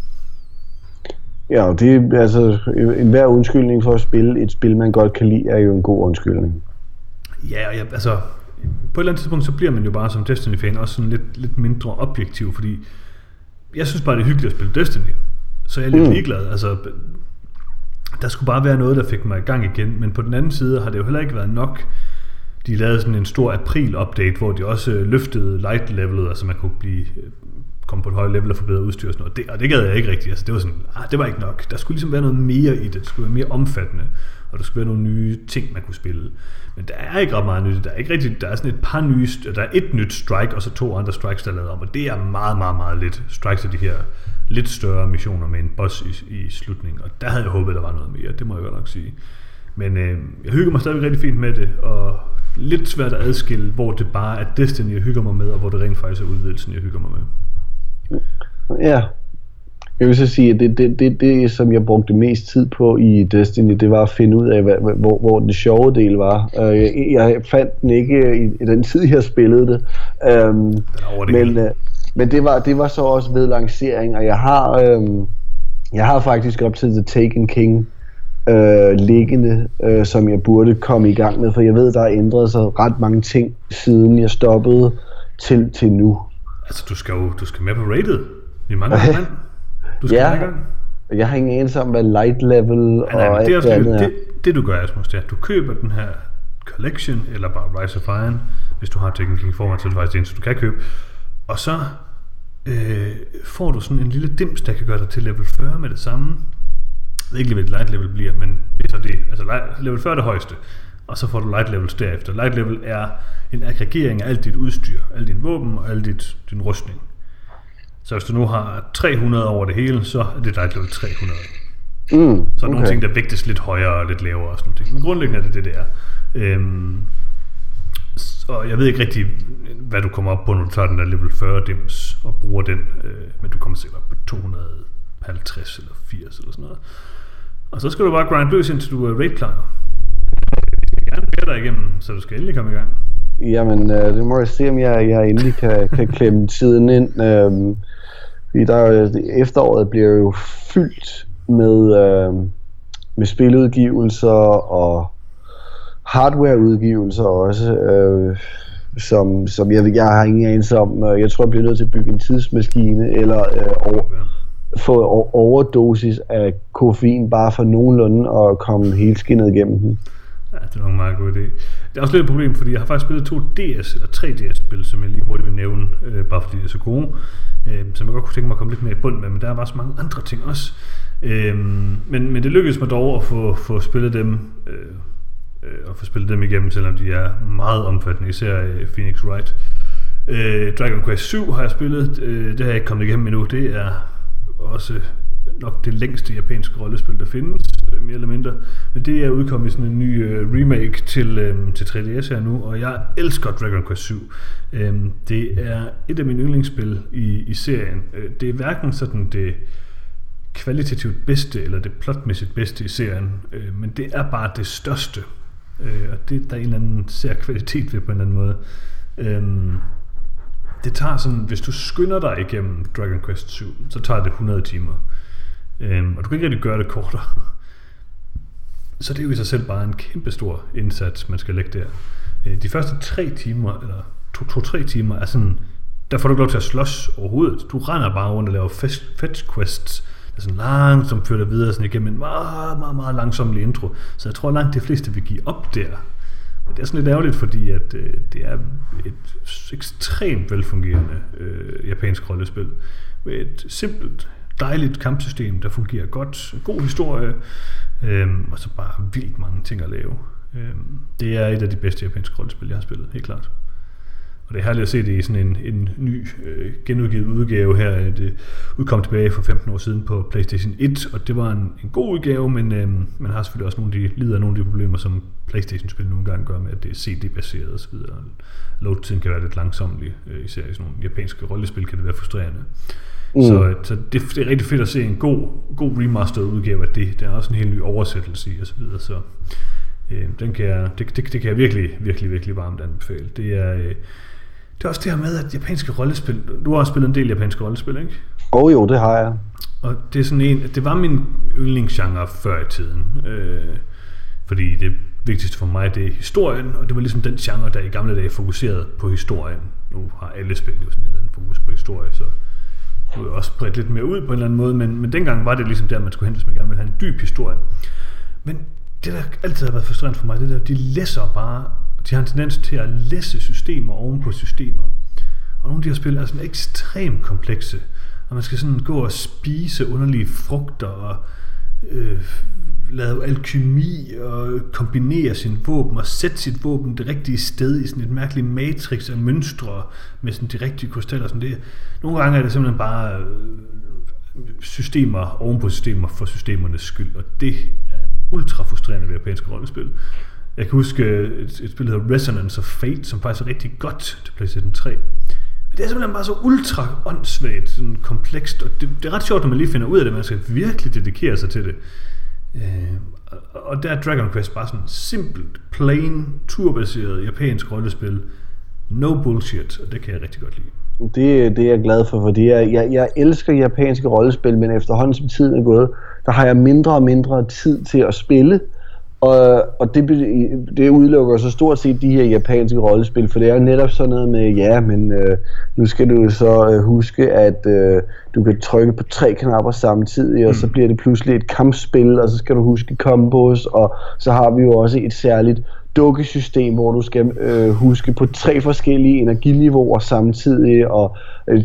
Ja, det er altså enhver undskyldning for at spille et spil, man godt kan lide, er jo en god undskyldning. Ja, altså på et eller andet tidspunkt, så bliver man jo bare som Destiny-fan også sådan lidt mindre objektiv, fordi jeg synes bare, det er hyggeligt at spille Destiny, så jeg er lidt ligeglad. Altså, der skulle bare være noget, der fik mig i gang igen, men på den anden side har det jo heller ikke været nok. De lavede sådan en stor april-update, hvor de også løftede light-levelet, altså man kunne komme på et højt level og forbedre udstyr og sådan noget. Og det gad jeg ikke rigtigt. Altså, det var sådan, det var ikke nok. Der skulle ligesom være noget mere i det. Det skulle være mere omfattende, og der skulle være nogle nye ting, man kunne spille. Men der er ikke ret meget nyt. Der er ikke rigtigt. Der er sådan et par nye. Der er et nyt strike, og så 2 andre strikes, der er lavet om. Og det er meget, meget, meget lidt. Strikes er de her lidt større missioner med en boss i slutningen. Og der havde jeg håbet, der var noget mere. Det må jeg godt nok sige. Men jeg hygger mig stadig rigtig fint med det, og lidt svært at adskille, hvor det bare er Destiny, jeg hygger mig med, og hvor det rent faktisk er udvidelsen, jeg hygger mig med. Ja, jeg vil så sige, at det som jeg brugte mest tid på i Destiny, det var at finde ud af, hvor den sjove del var. Jeg fandt den ikke i den tid, jeg spillede det. Men det var så også ved lancering, og jeg har faktisk op til The Taken King liggende, som jeg burde komme i gang med, for jeg ved, der er ændret sig ret mange ting, siden jeg stoppede til nu. Altså, du skal med på rated. Vi mangler en mand. Du skal med i gang. Jeg har ingen anelse om, hvad light level og alt det andet er. Det du gør, Asmus, det er, at du køber den her collection, eller bare Rise of Iron, hvis du har Taken King format, så er det faktisk det eneste, du kan købe. Og så får du sådan en lille dims, der kan gøre dig til level 40 med det samme. Jeg ved ikke lige, hvad light level bliver, men det er så det. Altså, level 40 er det højeste. Og så får du light levels derefter. Light level er en aggregering af alt dit udstyr, alt din våben og alt din rustning. Så hvis du nu har 300 over det hele, så er det light level 300. Så er nogle ting, der vægtes lidt højere og lidt lavere og sådan noget. Men grundlæggende er det det er. Og jeg ved ikke rigtig, hvad du kommer op på, når du tager den der level 40 dims og bruger den. Men du kommer sikkert op på 250 eller 80 eller sådan noget. Og så skal du bare grind løs, indtil du er raid-klar. Vi skal gerne bære dig igennem, så du skal endelig komme i gang. Jamen, det må jeg se, om jeg endelig kan klemme tiden ind. Efteråret bliver jo fyldt med spiludgivelser og hardwareudgivelser også, som jeg har ingen anelse om. Jeg tror, jeg bliver nødt til at bygge en tidsmaskine eller få overdosis af koffein bare for nogenlunde at komme helt skinnet igennem den. Ja, det er nok en meget god idé. Det er også lidt et problem, fordi jeg har faktisk spillet 2 DS eller 3 DS-spil, som jeg lige hurtigt vil nævne, bare fordi de er så gode, som jeg godt kunne tænke mig at komme lidt mere i bund med, men der er bare så mange andre ting også. Men det lykkedes mig dog at få spillet dem igennem, selvom de er meget omfattende, især Phoenix Wright. Dragon Quest 7 har jeg spillet, det har jeg ikke kommet igennem endnu. Det er også nok det længste japanske rollespil, der findes, mere eller mindre. Men det er udkommet i sådan en ny remake til 3DS her nu, og jeg elsker Dragon Quest 7. Det er et af mine yndlingsspil i serien. Det er hverken sådan det kvalitativt bedste, eller det plotmæssigt bedste i serien, men det er bare det største. Og det der er en eller anden sær kvalitet ved på en eller anden måde. Det tager sådan, hvis du skynder dig igennem Dragon Quest 7, så tager det 100 timer. Og du kan ikke rigtig gøre det kortere. Så det er jo i sig selv bare en kæmpe stor indsats, man skal lægge der. De første 3 timer, eller 2-3 timer, er sådan, der får du ikke lov til at slås overhovedet. Du render bare rundt og laver fetch quests, der sådan langsomt fører dig videre sådan igennem en meget, meget, meget langsomlig intro. Så jeg tror langt de fleste vil give op der. Det er sådan lidt ærgerligt, fordi at det er et ekstremt velfungerende japansk rollespil. Med et simpelt, dejligt kampsystem, der fungerer godt. God historie, og så bare vildt mange ting at lave. Det er et af de bedste japanske rollespil, jeg har spillet, helt klart. Og det er herligt at se det i sådan en ny genudgivet udgave her. Det udkom tilbage for 15 år siden på PlayStation 1, og det var en god udgave, men man har selvfølgelig også lider af nogle af de problemer, som PlayStation-spil nogle gange gør med, at det er CD-baseret og så videre. Load-tiden kan være lidt langsomlig, især i sådan nogle japanske rollespil kan det være frustrerende. Så det er rigtig fedt at se en god remastered udgave af det. Der er også en helt ny oversættelse i og så videre, så det kan jeg virkelig, virkelig, virkelig varmt anbefale. Det er også det her med, at japanske rollespil... Du har også spillet en del japanske rollespil, ikke? Jo, det har jeg. Og det er sådan det var min yndlingsgenre før i tiden. Fordi det vigtigste for mig, det er historien, og det var ligesom den genre, der i gamle dage fokuserede på historien. Nu har alle spil jo sådan et eller andet fokus på historie, så du er også bredt lidt mere ud på en eller anden måde, men dengang var det ligesom der, man skulle hen, hvis man gerne ville have en dyb historie. Men det, der altid har været frustrerende for mig, det der, de læser bare, de har en tendens til at læse systemer oven på systemer. Og nogle af de her spil er sådan ekstremt komplekse, og man skal sådan gå og spise underlige frugter, og lave alkymi, og kombinere sin våben, og sætte sit våben det rigtige sted i sådan et mærkeligt matrix af mønstre, med sådan de rigtige krystaller. Sådan det. Nogle gange er det simpelthen bare systemer oven på systemer for systemernes skyld, og det er ultra frustrerende ved japanske rollespil. Jeg kan huske et spil, der hedder Resonance of Fate, som faktisk er rigtig godt til PlayStation 3. Men det er simpelthen bare så ultra åndssvagt, sådan komplekst, og det er ret sjovt, når man lige finder ud af det, man skal virkelig dedikere sig til det. Og der er Dragon Quest bare sådan simpelt, plain, turbaseret japansk rollespil. No bullshit, og det kan jeg rigtig godt lide. Det er jeg glad for, fordi jeg elsker japanske rollespil, men efterhånden som tiden er gået, der har jeg mindre og mindre tid til at spille, og det udelukker så stort set de her japanske rollespil, for det er jo netop sådan noget med, nu skal du så huske, at du kan trykke på 3 knapper samtidig, og så bliver det pludselig et kampspil, og så skal du huske combos, og så har vi jo også et særligt dukkesystem, hvor du skal huske på 3 forskellige energiniveauer samtidig, og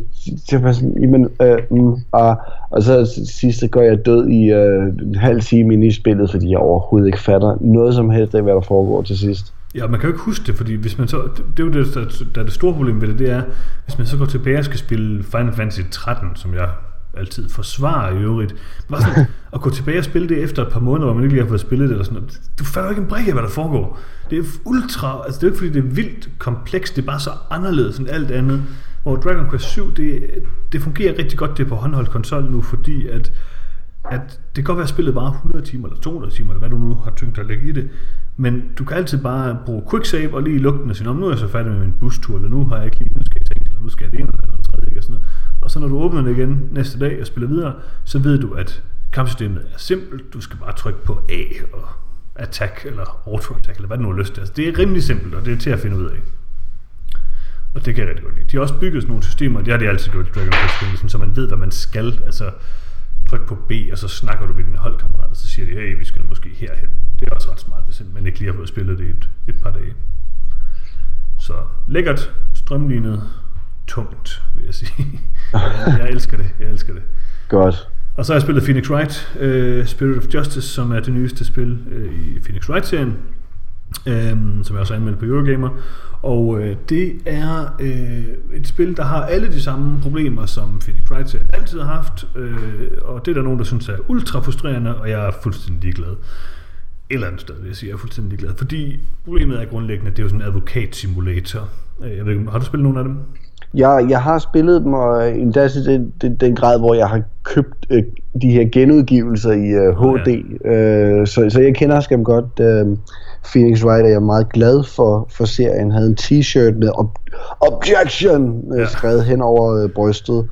og så sidst går jeg død i en halv time inde i spillet, fordi jeg overhovedet ikke fatter noget som helst af, hvad der foregår til sidst. Ja, man kan jo ikke huske det, fordi hvis man så, det er jo det, der er det store problem ved det er, hvis man så går tilbage og skal spille Final Fantasy 13, som jeg altid forsvarer i øvrigt, bare sådan at gå tilbage og spille det efter et par måneder, hvor man ikke lige har fået spillet det, eller sådan noget. Du fatter ikke en brik af, hvad der foregår. Det er ultra, altså det er ikke fordi det er vildt komplekst, det er bare så anderledes end alt andet. Hvor Dragon Quest 7, det fungerer rigtig godt, det på håndholdt konsol nu, fordi at det kan godt være spillet bare 100 timer eller 200 timer, eller hvad du nu har tænkt dig at lægge i det, men du kan altid bare bruge quicksave og lige lukke den og sige, nu er jeg så færdig med min bustur, eller nu har jeg ikke lige, nu skal jeg tænke, eller nu skal jeg det ene eller andet tredje, og sådan noget. Og så når du åbner det igen næste dag og spiller videre, så ved du, at kampsystemet er simpelt. Du skal bare trykke på A og attack eller auto-attack, eller hvad du nu har lyst til. Altså, det er rimelig simpelt, og det er til at finde ud af. Og det kan jeg rigtig godt lide. De har også bygget sådan nogle systemer, det har de altid gjort i Dragon Quest, så man ved, hvad man skal. Altså, tryk på B, og så snakker du med dine holdkammerater, og så siger de, hey, vi skal måske herhen. Det er også ret smart, hvis man ikke lige har fået spillet det et par dage. Så lækkert, strømlignet, tungt, vil jeg sige. Jeg elsker det. Godt. Og så har jeg spillet Phoenix Wright, Spirit of Justice, som er det nyeste spil i Phoenix Wright-serien, som jeg også har anmeldt på Eurogamer. Og det er et spil, der har alle de samme problemer, som Phoenix Wright-serien altid har haft. Og det er der nogen, der synes er ultra frustrerende, og jeg er fuldstændig ligeglad. Et eller andet sted vil jeg sige, jeg er fuldstændig ligeglad. Fordi problemet er grundlæggende, at det er jo sådan en advokatsimulator. Jeg ved ikke, har du spillet nogen af dem? Jeg har spillet dem, og endda til den grad, hvor jeg har købt de her genudgivelser i HD. Så jeg kender skam godt Phoenix Wright, og jeg er meget glad for serien. Jeg havde en t-shirt med Objection skrevet hen over brystet.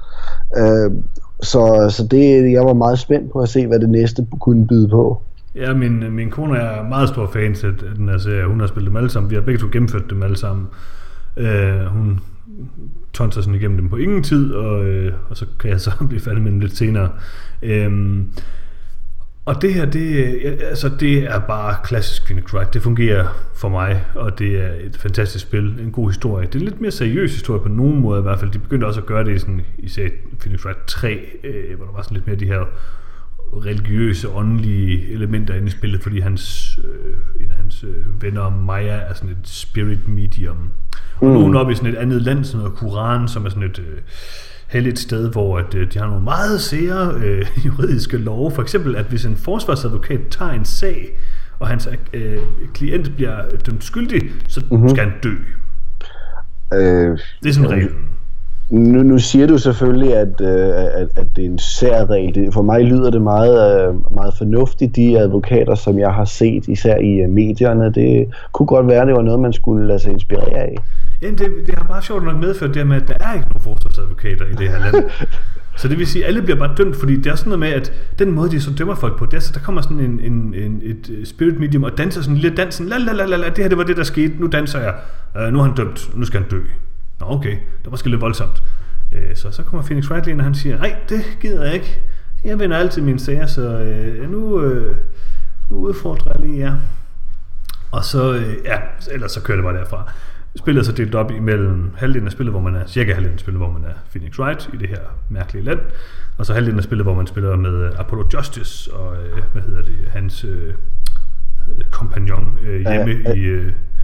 Så det, jeg var meget spændt på at se, hvad det næste kunne byde på. Ja, min kone er meget stor fan af den her serie. Hun har spillet dem alle sammen. Vi har begge to gennemført dem alle sammen. Hun tonser sådan igennem dem på ingen tid, og så kan jeg så blive færdig med dem lidt senere. Og det her, det er bare klassisk Phoenix Wright. Det fungerer for mig, og det er et fantastisk spil, en god historie. Det er en lidt mere seriøs historie på nogen måde i hvert fald. De begyndte også at gøre det i Phoenix Wright 3, hvor der var sådan lidt mere de her religiøse, åndelige elementer inde i spillet, fordi en af hans venner, Maya, er sådan et spirit medium. Og nogen op i sådan et andet land, sådan noget Quran, som er sådan et helligt sted, hvor at, de har nogle meget sære juridiske love. For eksempel, at hvis en forsvarsadvokat tager en sag, og hans klient bliver dømt skyldig, så skal han dø. Det er sådan reglen. Nu siger du selvfølgelig, at det er en særregel. For mig lyder det meget fornuftigt, de advokater, som jeg har set, især i medierne. Det kunne godt være, det var noget, man skulle lade sig inspirere af. Ja, det har bare sjovt nok medført det med, at der er ikke nogen forsvarsadvokater i det her land. Så det vil sige, at alle bliver bare dømt, fordi det er sådan noget med, at den måde, de så dømmer folk på, det er så, der kommer sådan et spirit medium og danser sådan en lille dans, det her, det var det, der skete, nu danser jeg, nu er han dømt, nu skal han dø. Nå okay, det var måske lidt voldsomt. Så kommer Phoenix Wright ind, og han siger, nej, det gider jeg ikke. Jeg vinder altid mine sager, så nu udfordrer jeg lige jer. Og så, ellers så kører det bare derfra. Spillet er så delt op imellem halvdelen af spillet, hvor man er, cirka halvdelen af spillet, hvor man er Phoenix Wright i det her mærkelige land, og så halvdelen af spillet, hvor man spiller med Apollo Justice og, hans kompagnon hjemme i...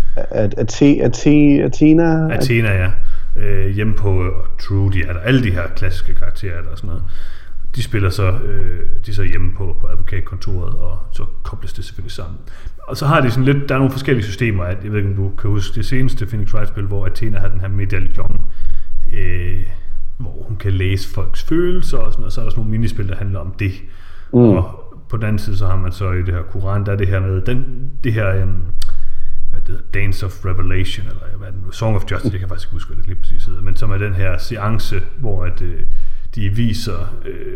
Athena, ja. Hjemme på Trudy er der alle de her klassiske karakterer der og sådan noget. De spiller så, de er så hjemme på advokatkontoret, og så kobles det selvfølgelig sammen. Og så har de sådan lidt, der er nogle forskellige systemer. Jeg ved ikke, om du kan huske det seneste Phoenix Wright-spil, hvor Athena har den her medaljon, hvor hun kan læse folks følelser og sådan noget. Og så er der sådan nogle minispil, der handler om det. Og på den anden side, så har man så i det her Quran, der er det her med, det her... Dance of Revelation, eller hvad er det nu? Song of Justice, jeg kan faktisk ikke huske, hvad det lige præcis hedder, men som er den her seance, hvor at, de viser,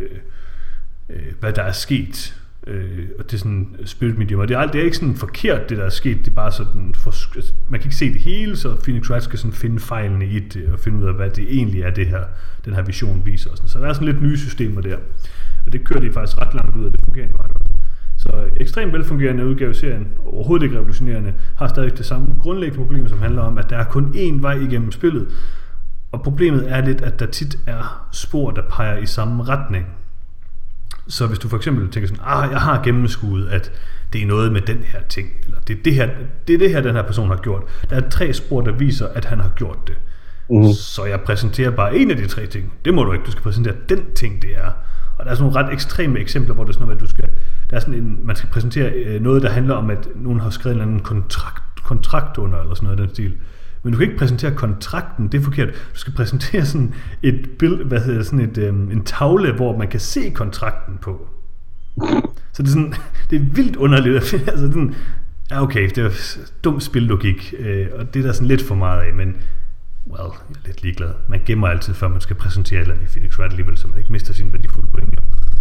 hvad der er sket, og det er sådan spirit medium, og det er ikke sådan forkert, det der er sket, det er bare sådan, man kan ikke se det hele, så Phoenix Wright skal sådan finde fejlene i det, og finde ud af, hvad det egentlig er, den her vision viser, og sådan. Så der er sådan lidt nye systemer der, og det kører de faktisk ret langt ud, og det fungerer meget godt. Så ekstremt velfungerende udgave serien, overhovedet ikke revolutionerende, har stadig det samme grundlæggende problem, som handler om, at der er kun én vej igennem spillet. Og problemet er lidt, at der tit er spor, der peger i samme retning. Så hvis du for eksempel tænker sådan, jeg har gennemskuet, at det er noget med den her ting, eller det er det her, den her person har gjort. Der er 3 spor, der viser, at han har gjort det. Så jeg præsenterer bare en af de 3 ting. Det må du ikke, du skal præsentere den ting, det er. Og der er sådan nogle ret ekstreme eksempler, hvor det er sådan noget, at man skal præsentere noget, der handler om, at nogen har skrevet en eller anden kontrakt under, eller sådan noget i den stil. Men du kan ikke præsentere kontrakten, det er forkert. Du skal præsentere sådan et billede, en tavle, hvor man kan se kontrakten på. Så det er sådan, det er vildt underligt. Altså sådan, ja okay, det er dum spillogik, og det er der sådan lidt for meget af, men jeg er lidt ligeglad. Man gemmer altid, før man skal præsentere et eller andet i Phoenix Wright alligevel, så man ikke mister sine værdifulde pointer.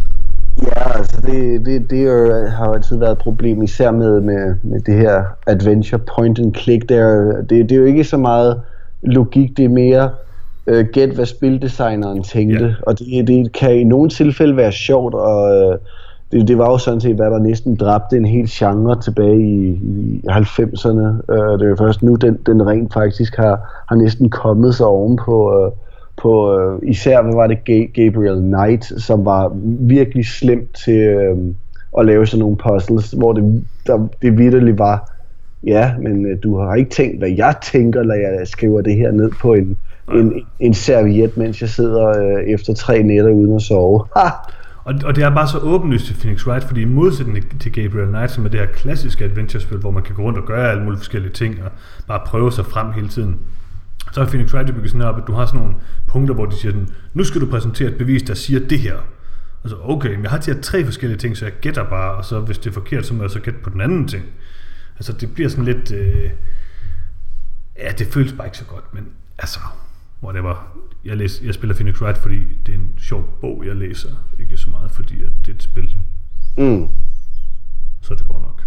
Ja, altså det har jo altid været et problem, især med det her adventure point and click. Det er jo ikke så meget logik, det er mere gæt, hvad spildesigneren tænkte. Ja. Og det kan i nogle tilfælde være sjovt, og det var jo sådan set, hvad der næsten dræbte en hel genre tilbage i 90'erne. Det er jo først nu, den rent faktisk har næsten kommet sig ovenpå på især, hvad var det, Gabriel Knight, som var virkelig slemt til at lave sådan nogle puzzles, hvor det vitterligt var, ja, men du har ikke tænkt, hvad jeg tænker, når jeg skriver det her ned på en serviet, mens jeg sidder efter 3 nætter uden at sove. Og det er bare så åbenlyst til Phoenix Wright, fordi i modsætning til Gabriel Knight, som er det her klassiske adventure-spil, hvor man kan gå rundt og gøre alle mulige forskellige ting, og bare prøve sig frem hele tiden, så er Phoenix Wright bygget sådan op, at du har sådan nogle punkter, hvor de siger sådan, nu skal du præsentere et bevis, der siger det her. Altså okay, men jeg har de her 3 forskellige ting, så jeg gætter bare, og så hvis det er forkert, så må jeg så gætte på den anden ting. Altså det bliver sådan lidt, det føles bare ikke så godt, men altså, whatever. Jeg spiller Phoenix Wright, fordi det er en sjov bog, jeg læser, ikke så meget, fordi at det er et spil. Så det går nok.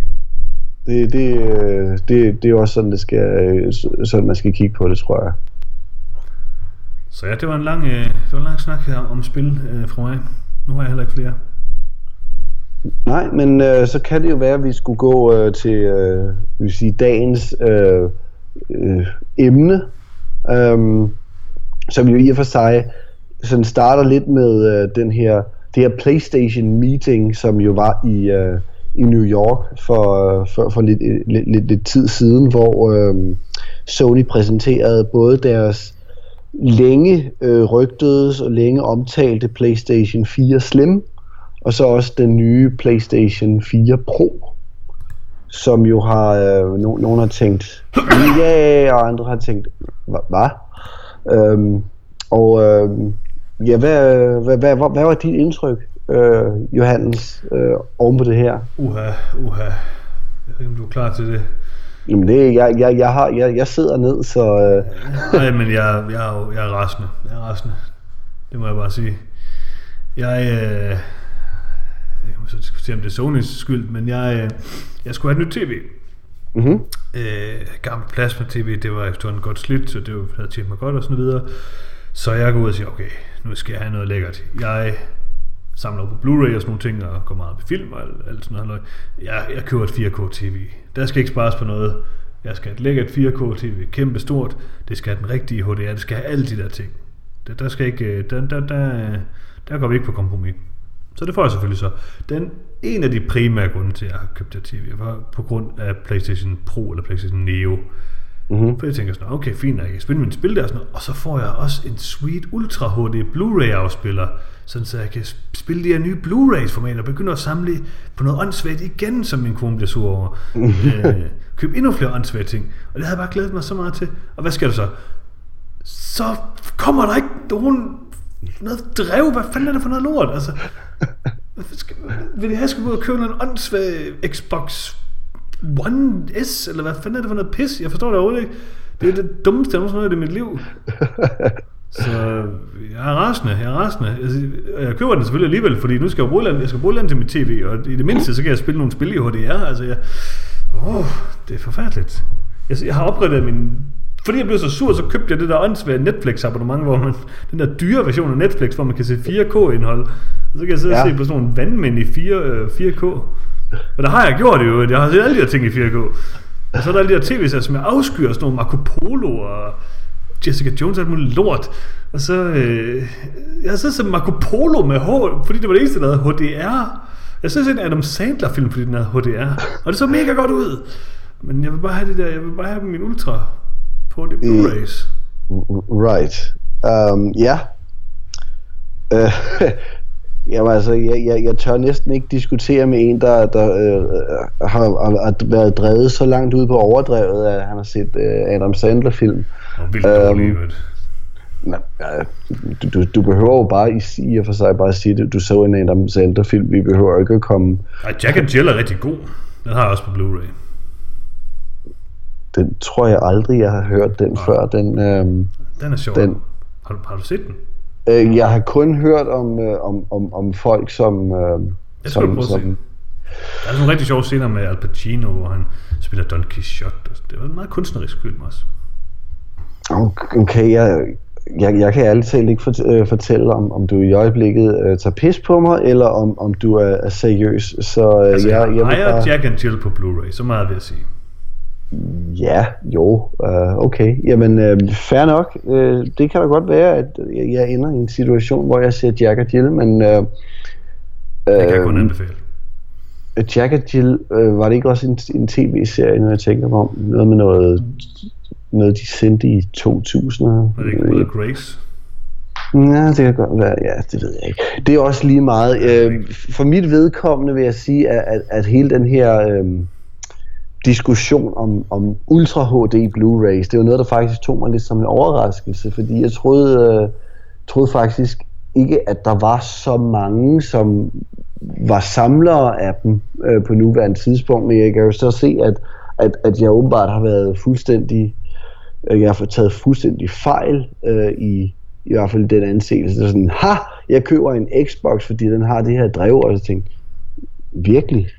Det er også sådan, sådan man skal kigge på det, tror jeg. Så ja, det var en lang snak her om spil fra mig. Nu har jeg heller ikke flere. Nej, men så kan det jo være, at vi skulle gå til vil sige, dagens emne, som jo i og for sig sådan starter lidt med det her PlayStation meeting, som jo var i New York for lidt tid siden, hvor Sony præsenterede både deres længe rygtede og længe omtalte PlayStation 4 Slim, og så også den nye PlayStation 4 Pro, som jo har nogen har tænkt ja, og andre har tænkt hvad? Ja, hvad var dit indtryk, Johannes, oven på det her? Uha. Jeg ved ikke, om du er klar til det. Jamen jeg sidder ned, så... Nej, men jeg er rasende. Jeg. Det må jeg bare sige. Jeg må så diskutere, om det er Sonys skyld, men jeg skulle have et nyt tv. Mm-hmm. Gammel plasma-tv, det var efterhånden godt slidt, så det havde tjent mig godt og sådan videre. Så jeg går ud og siger, okay, nu skal jeg have noget lækkert. Jeg samler på Blu-ray og sådan nogle ting, og går meget på film og alt sådan noget. Jeg køber et 4K-tv. Der skal ikke spares på noget. Jeg skal have et lækkert 4K-tv, kæmpe stort. Det skal have den rigtige HDR, det skal have alle de der ting. Der skal ikke, der går vi ikke på kompromis. Så det får jeg selvfølgelig så. En af de primære grunde til, at jeg har købt det tv, var på grund af PlayStation Pro eller PlayStation Neo. Mm-hmm. For jeg tænker sådan, okay, fint, jeg kan spille min spil der og sådan noget, og så får jeg også en sweet Ultra HD Blu-ray afspiller, sådan så jeg kan spille de her nye Blu-rays formater og begynde at samle på noget åndssvagt igen, som min kone bliver sur over. Køb endnu flere åndssvage ting, og det havde jeg bare glædet mig så meget til. Og hvad sker der så? Så kommer der ikke noget drev, hvad fanden er det for noget lort? Altså, vil jeg skulle gå og købe en åndssvag Xbox One S, eller hvad fanden er det for noget pis? Jeg forstår det overhovedet ikke. Det er det dummeste, jeg nogensinde har i mit liv. Så jeg er rasende. Jeg køber den selvfølgelig alligevel, fordi nu skal jeg bruge den til mit tv, og i det mindste, så kan jeg spille nogle spil i HDR. Altså, det er forfærdeligt. Jeg har opgraderet fordi jeg blev så sur, så købte jeg det der åndssvage Netflix-abonnement, hvor man, den der dyre version af Netflix, hvor man kan se 4K-indhold. Og så kan jeg sidde og se på sådan nogle vandmænd i 4K. Og der har jeg gjort det jo. Jeg har set alle de her ting i 4K. Og så er der alle de her tv-serier, som jeg afskyer, sådan nogle Marco Polo og Jessica Jones og alt muligt lort. Og så... jeg har set Marco Polo med fordi det var det eneste, der havde HDR. Jeg synes en Adam Sandler-film, fordi den havde HDR. Og det så mega godt ud. Men jeg vil bare have det der. Jeg vil bare have min Ultra på det Blu-rays. Right. Ja. Jamen altså, jeg tør næsten ikke diskutere med en, der har været drevet så langt ud på overdrevet, at han har set Adam Sandler-film. Og vildt dårligt. Du behøver jo bare i og for sig bare at sige, at du så en Adam Sandler-film. Vi behøver ikke at komme... Nej, Jack and Jill er rigtig god. Den har jeg også på Blu-ray. Den tror jeg aldrig, jeg har hørt den før. Den er sjov. Har du set den? Jeg har kun hørt om folk, som... Jeg skulle prøve at se den. Der er sådan en rigtig sjov scener med Al Pacino, hvor han spiller Don Quixote. Det var en meget kunstnerisk film også. Okay, jeg kan ærligt talt ikke fortælle, om du i øjeblikket tager pis på mig, eller om du er seriøs. Så altså, jeg ejer Jack and Jill på Blu-ray, så meget vil jeg sige. Ja, okay. Jamen, fair nok. Det kan da godt være, at jeg ender i en situation, hvor jeg ser Jack and Jill, men... det kan jeg kun anbefale. Jack and Jill, var det ikke også en tv-serie, når jeg tænker mig om? Noget med noget de sendte i 2000? Var det ikke Will Grace? Ja, det kan godt være. Ja, det ved jeg ikke. Det er også lige meget. For mit vedkommende vil jeg sige, at hele den her... diskussion om Ultra HD Blu-rays, det var noget, der faktisk tog mig lidt som en overraskelse, fordi jeg troede faktisk ikke, at der var så mange, som var samlere af dem på nuværende tidspunkt, men jeg kan jo så se, at jeg åbenbart har været jeg har taget fuldstændig fejl i hvert fald den anseelse. Det er sådan, jeg køber en Xbox, fordi den har det her drev, og så tænkte virkelig?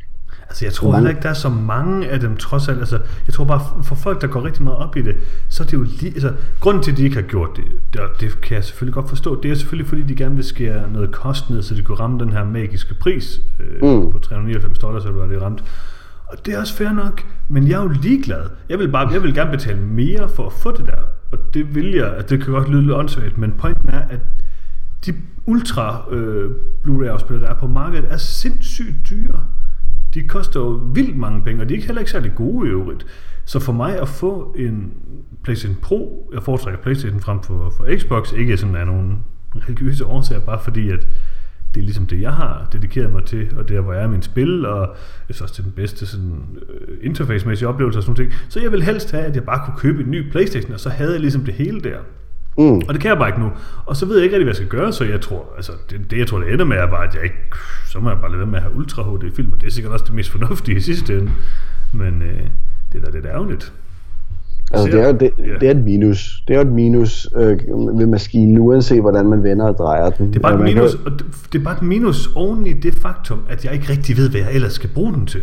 Altså jeg tror heller ikke, der er så mange af dem trods alt. Altså jeg tror bare, for folk, der går rigtig meget op i det, så er det jo lige... Altså grunden til, at de ikke har gjort det kan jeg selvfølgelig godt forstå, det er selvfølgelig, fordi de gerne vil skære noget kost ned, så de kunne ramme den her magiske pris på $399, eller det er ramt. Og det er også fair nok, men jeg er jo ligeglad. Jeg vil gerne betale mere for at få det der, og det vil jeg, at det kan godt lyde lidt åndssvagt, men pointen er, at de ultra Blu-ray-afspillere, der er på markedet, er sindssygt dyre. De koster jo vildt mange penge, og de er heller ikke særlig gode i øvrigt. Så for mig at få en PlayStation Pro, jeg foretrækker PlayStation frem for Xbox, ikke sådan af nogle religiøse årsager, bare fordi at det er ligesom det, jeg har dedikeret mig til, og der, hvor jeg er min spil, og jeg synes også til den bedste sådan, interface-mæssige oplevelse og sådan noget. Så jeg vil helst have, at jeg bare kunne købe en ny PlayStation, og så havde jeg ligesom det hele der. Og det kan jeg bare ikke nu. Og så ved jeg ikke rigtig, hvad jeg skal gøre, så jeg tror, altså jeg tror, det ender med, er bare, at jeg ikke, så må jeg bare lade være med at have Ultra HD-film, og det er sikkert også det mest fornuftige i sidste ende. Men det er da lidt ærgerligt. Altså det er et minus. Det er et minus ved maskinen, uanset hvordan man vender og drejer den. Det er bare et minus, og det er bare et minus oven i det faktum, at jeg ikke rigtig ved, hvad jeg ellers skal bruge den til.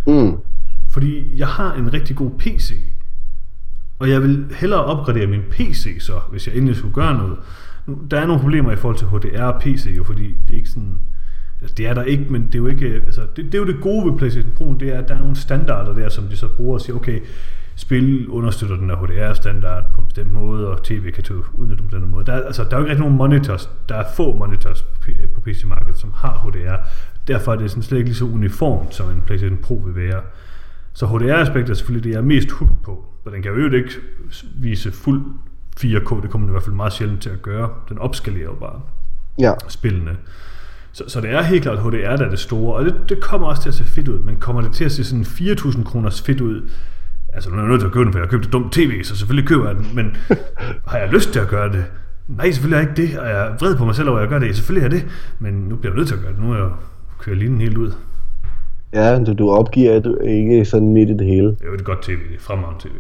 Fordi jeg har en rigtig god PC, og jeg vil hellere opgradere min PC så, hvis jeg endelig skulle gøre noget. Der er nogle problemer i forhold til HDR og PC, jo, fordi det er ikke sådan... Altså, det er der ikke, men det er jo ikke... Altså, det er jo det gode ved PlayStation Pro, det er, at der er nogle standarder der, som de så bruger og siger, okay, spil understøtter den der HDR-standard på en bestemt måde, og TV kan udnytte på den måde. Der er jo ikke rigtig nogen monitors. Der er få monitors på PC-markedet, som har HDR. Derfor er det sådan slet ikke lige så uniformt, som en PlayStation Pro vil være. Så HDR-aspektet er selvfølgelig det, jeg er mest hooked på. Og den kan jo ikke vise fuld 4K, det kommer den i hvert fald meget sjældent til at gøre. Den opskalerer jo bare spillene. Så det er helt klart HDR, der er det store, og det kommer også til at se fedt ud, men kommer det til at se sådan 4.000 kroners fedt ud? Altså nu er jeg nødt til at købe den, for jeg har købt et dumt tv, så selvfølgelig køber jeg den, men har jeg lyst til at gøre det? Nej, selvfølgelig er ikke det, og jeg er vred på mig selv over, at jeg gør det. Selvfølgelig er det, men nu bliver jeg nødt til at gøre det. Nu er jeg kører linjen helt ud. Ja, du opgiver du ikke sådan midt i det hele. Det er jo et godt tv, fremragende tv.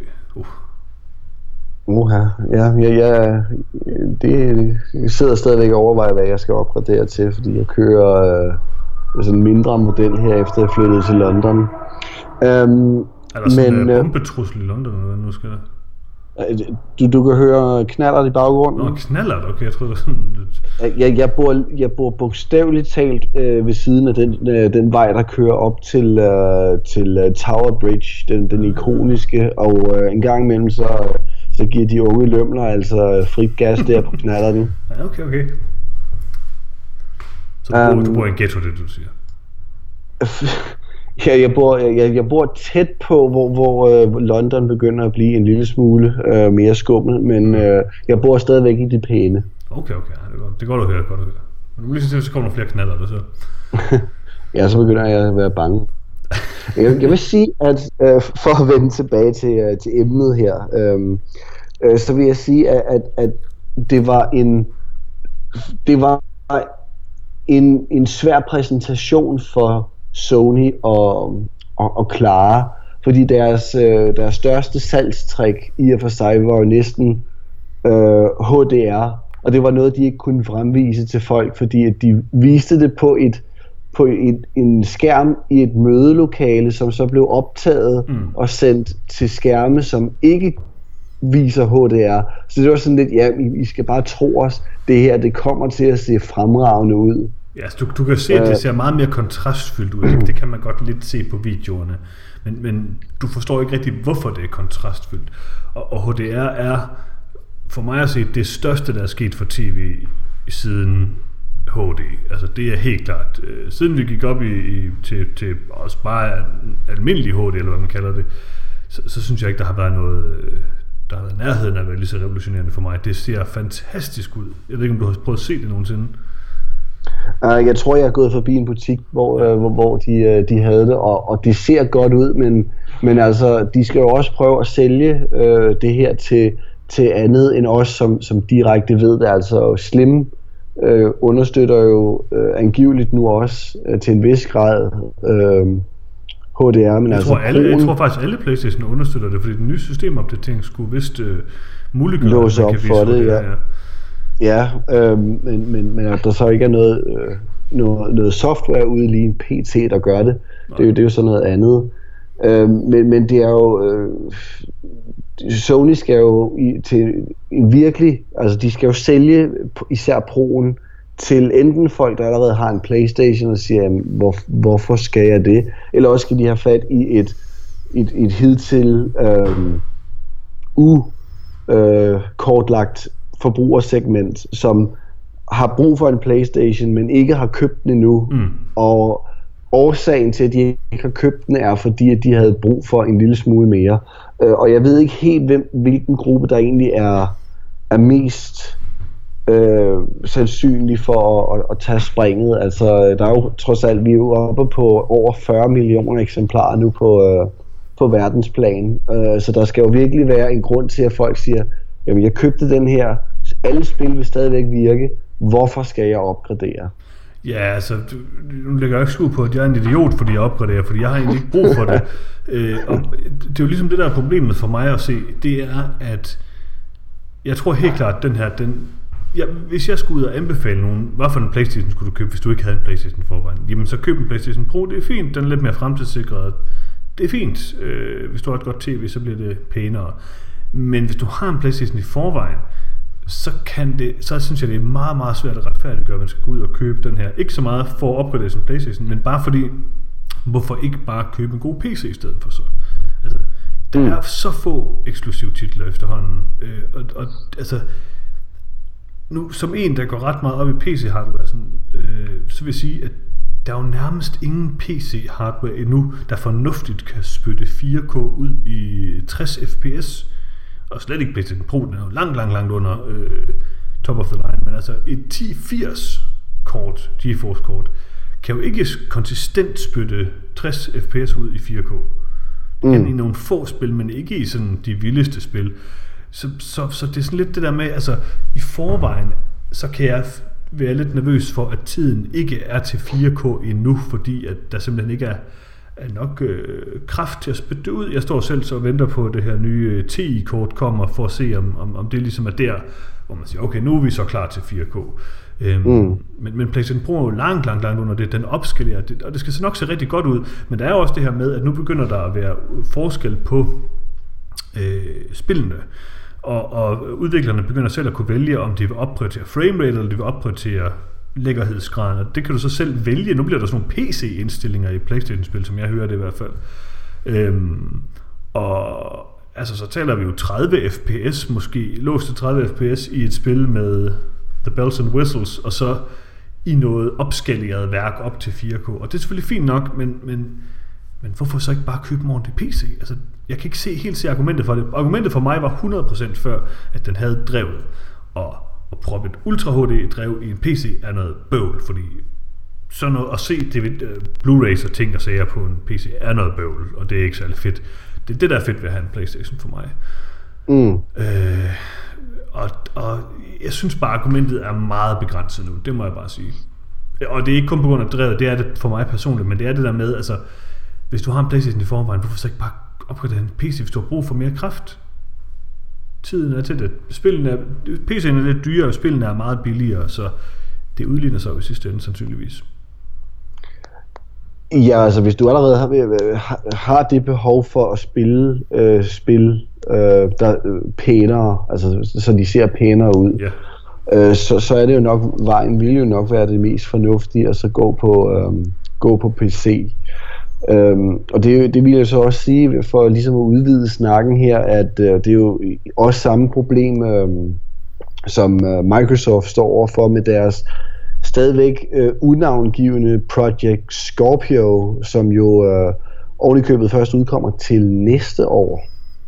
Jeg sidder stadigvæk og overvejer, hvad jeg skal opgradere til, fordi jeg kører sådan en mindre model her, efter jeg flyttede til London. Er der sådan en bombetrussel i London, eller hvad nu skal der? Du kan høre knallert i baggrunden. Nå, knallert, okay, jeg troede det var sådan lidt... Jeg bor bogstaveligt talt ved siden af den vej, der kører op til Tower Bridge, den ikoniske, og en gang imellem så giver de unge lømler altså frit gas der på knallerten. Ja, okay. Så du bor i en ghetto, det du siger? Ja, jeg bor tæt på, hvor London begynder at blive en lille smule mere skummel, men jeg bor stadigvæk i det pæne. Okay, det er godt at høre, Men nu lige så kommer der flere knaller, der så. Ja, så begynder jeg at være bange. Jeg vil sige, at for at vende tilbage til emnet her, så vil jeg sige, at det var en svær præsentation for Sony og klare, fordi deres største salgstrik i og for sig var jo næsten HDR, og det var noget, de ikke kunne fremvise til folk, fordi at de viste det på en skærm i et mødelokale, som så blev optaget og sendt til skærme, som ikke viser HDR. Så det var sådan lidt, ja, I skal bare tro os, det her, det kommer til at se fremragende ud. Ja, du kan se, at det ser meget mere kontrastfyldt ud. Det kan man godt lidt se på videoerne. Men du forstår ikke rigtig, hvorfor det er kontrastfyldt. Og HDR er, for mig at se, det største, der er sket for tv siden HD. Altså det er helt klart. Siden vi gik op til også bare almindelig HD, eller hvad man kalder det, så synes jeg ikke, der har været noget... Der har været nærheden af at være lige så revolutionerende for mig. Det ser fantastisk ud. Jeg ved ikke, om du har prøvet at se det nogensinde? Jeg tror, jeg er gået forbi en butik, hvor de havde det, og det ser godt ud, men altså, de skal jo også prøve at sælge det her til andet end os, som direkte ved det. Altså Slim understøtter jo angiveligt nu også til en vis grad HDR, men jeg tror faktisk alle PlayStation understøtter det, fordi den nye systemopdatering skulle vist muliggøre, låse op for det, ja. Ja, men at der så ikke er noget noget software ude lige en PC, der gør det. Det er jo sådan noget andet. Men det er jo... Sony skal jo virkelig... Altså, de skal jo sælge især Pro'en til enten folk, der allerede har en PlayStation og siger, hvorfor skal jeg det? Eller også skal de have fat i et hidtil kortlagt forbrugersegment, som har brug for en PlayStation, men ikke har købt den endnu. Og årsagen til, at de ikke har købt den, er fordi, at de havde brug for en lille smule mere. Og jeg ved ikke helt, hvilken gruppe, der egentlig er mest sandsynlig for at tage springet. Altså, der er jo trods alt, vi er jo oppe på over 40 millioner eksemplarer nu på verdensplan. Så der skal jo virkelig være en grund til, at folk siger, jamen jeg købte den her, alle spil vil stadigvæk virke, hvorfor skal jeg opgradere? Ja, altså, nu lægger jeg ikke skue på, at jeg er en idiot, fordi jeg opgraderer, fordi jeg har egentlig ikke brug for det. Og det er jo ligesom det, der er problemet for mig at se, det er, at jeg tror helt klart, hvis jeg skulle ud og anbefale nogen, hvad for en PlayStation skulle du købe, hvis du ikke havde en PlayStation forvejen? Jamen, så køb en PlayStation Pro, det er fint, den er lidt mere fremtidssikret, det er fint. Hvis du har et godt tv, så bliver det pænere. Men hvis du har en PlayStation i forvejen, så synes jeg, det er meget, meget svært at retfærdiggøre, at man skal gå ud og købe den her. Ikke så meget for at opgradere sin PlayStation, men bare fordi, hvorfor ikke bare købe en god PC i stedet for så? Altså, der er så få eksklusive titler efterhånden. Og altså, nu som en, der går ret meget op i PC-hardware, så vil jeg sige, at der er jo nærmest ingen PC-hardware endnu, der fornuftigt kan spytte 4K ud i 60 fps. Og slet ikke PlayStation Pro, den er jo langt under top of the line, men altså et 1080 kort, GeForce kort, kan jo ikke konsistent spytte 60 fps ud i 4K. Kan i nogle få spil, men ikke i sådan de vildeste spil. Så det er sådan lidt det der med, altså i forvejen, så kan jeg være lidt nervøs for, at tiden ikke er til 4K endnu, fordi at der simpelthen ikke er nok kraft til at spytte det ud. Jeg står selv så og venter på, at det her nye TI-kort kommer, for at se, om det ligesom er der, hvor man siger, okay, nu er vi så klar til 4K. Men PlayStation Pro er jo langt under det. Den opskalerer, og det skal så nok se rigtig godt ud, men der er jo også det her med, at nu begynder der at være forskel på spillene, og udviklerne begynder selv at kunne vælge, om de vil opprioritere framerate, eller de vil opprioritere lækkerhedsgraden, og det kan du så selv vælge. Nu bliver der sådan nogle PC-indstillinger i PlayStation-spil, som jeg hører det i hvert fald. Og altså, så taler vi jo 30 fps, måske låst til 30 fps i et spil med the bells and whistles, og så i noget opskaleret værk op til 4K. Og det er selvfølgelig fint nok, men hvorfor så ikke bare købe en ordentlig PC? Altså, jeg kan ikke helt se argumentet for det. Argumentet for mig var 100% før, at den havde drevet, og proppe et Ultra HD drev i en PC er noget bøvl, fordi sådan noget at se Blu-rays og ting og sager på en PC er noget bøvl, og det er ikke særlig fedt. Det er det, der er fedt ved at have en PlayStation for mig. Og jeg synes bare, argumentet er meget begrænset nu, det må jeg bare sige. Og det er ikke kun på grund af drevet, det er det for mig personligt, men det er det der med, altså, hvis du har en PlayStation i forvejen, hvorfor så ikke bare opgradere en PC, hvis du har brug for mere kraft? Tiden er til det. PC'en er lidt dyrere, og spillene er meget billigere, så det udligner sig jo i sidste ende sandsynligvis. Ja, altså hvis du allerede har det behov for at spille spil der pænere, altså så de ser pænere ud, så er det jo nok, vejen vil jo nok være det mest fornuftige, at så gå på PC. Og det vil jeg så også sige, for ligesom at udvide snakken her, at det er jo også samme problem, som Microsoft står overfor med deres stadigvæk unavngivende Project Scorpio, som jo ovenikøbet først udkommer til næste år.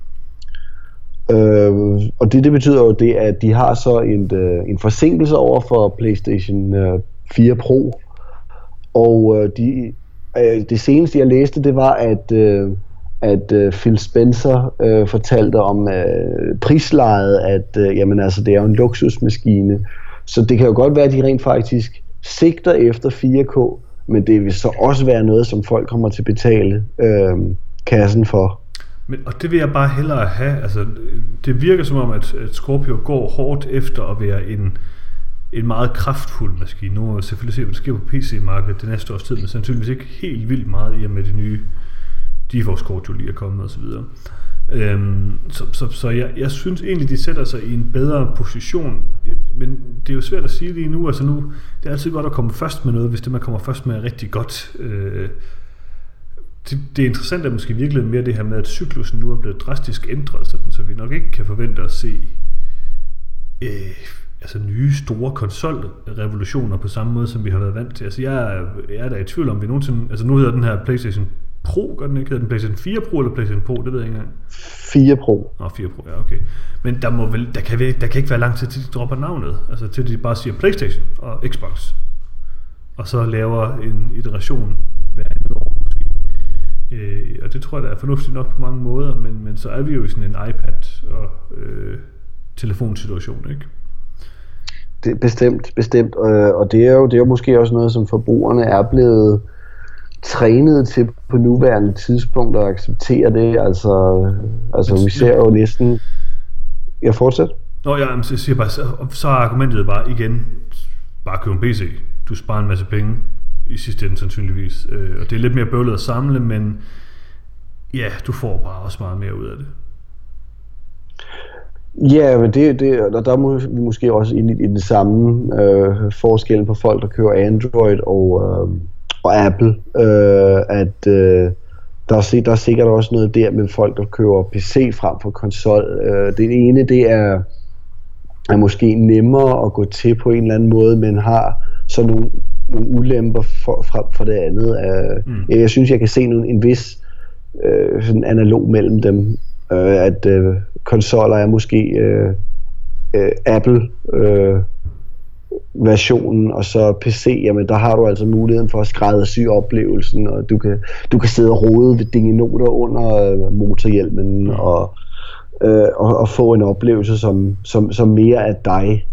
Og det betyder jo det, at de har så en forsinkelse over for PlayStation 4 Pro, og det seneste jeg læste, det var at Phil Spencer fortalte om prislejet, at jamen altså det er jo en luksusmaskine, så det kan jo godt være, at de rent faktisk sigter efter 4K, men det vil så også være noget, som folk kommer til at betale kassen for. Og det vil jeg bare hellere have. Altså, det virker som om, at Scorpio går hårdt efter at være en meget kraftfuld maskine. Nu må vi selvfølgelig se, hvad der sker på PC-markedet det næste års tid, men sandsynligvis ikke helt vildt meget i og med de nye GeForce-kort, jo lige er kommet osv. Så jeg synes egentlig, de sætter sig i en bedre position, men det er jo svært at sige lige nu. Altså nu, det er altid godt at komme først med noget, hvis det man kommer først med er rigtig godt. Det interessante er måske virkelig mere det her med, at cyklusen nu er blevet drastisk ændret, sådan, så vi nok ikke kan forvente at se nye store konsolrevolutioner på samme måde, som vi har været vant til. Altså jeg er da i tvivl om, vi nogensinde... Altså nu hedder den her PlayStation Pro, gør den ikke? Hedder den PlayStation 4 Pro eller PlayStation Pro? Det ved jeg ikke engang. 4 Pro. 4 Pro, ja, okay. Men der kan ikke være lang tid til, de dropper navnet. Altså til de bare siger PlayStation og Xbox. Og så laver en iteration hver andet år måske. Og det tror jeg, der er fornuftigt nok på mange måder, men så er vi jo i sådan en iPad og telefonsituation, ikke? Det, bestemt. Og det er jo måske også noget, som forbrugerne er blevet trænet til på nuværende tidspunkt at acceptere det. Altså vi ser jo næsten... Jeg fortsætter? Jeg siger bare, så er argumentet bare igen, bare køb en PC. Du sparer en masse penge i sidste ende sandsynligvis. Og det er lidt mere bøvlet at samle, men ja, du får bare også meget mere ud af det. Ja, men der må vi måske også ind i den samme forskel på folk, der køber Android og Apple, at der er sikkert også noget der med folk, der køber PC frem for konsol. Det ene, det er måske nemmere at gå til på en eller anden måde, men har så nogle ulemper frem for det andet. Jeg synes, jeg kan se en vis sådan analog mellem dem, at konsoller er måske Apple versionen, og så PC, jamen der har du altså muligheden for at skræddersy oplevelsen, og du kan sidde og rode ved dingenoter under motorhjelmen og få en oplevelse som mere af dig.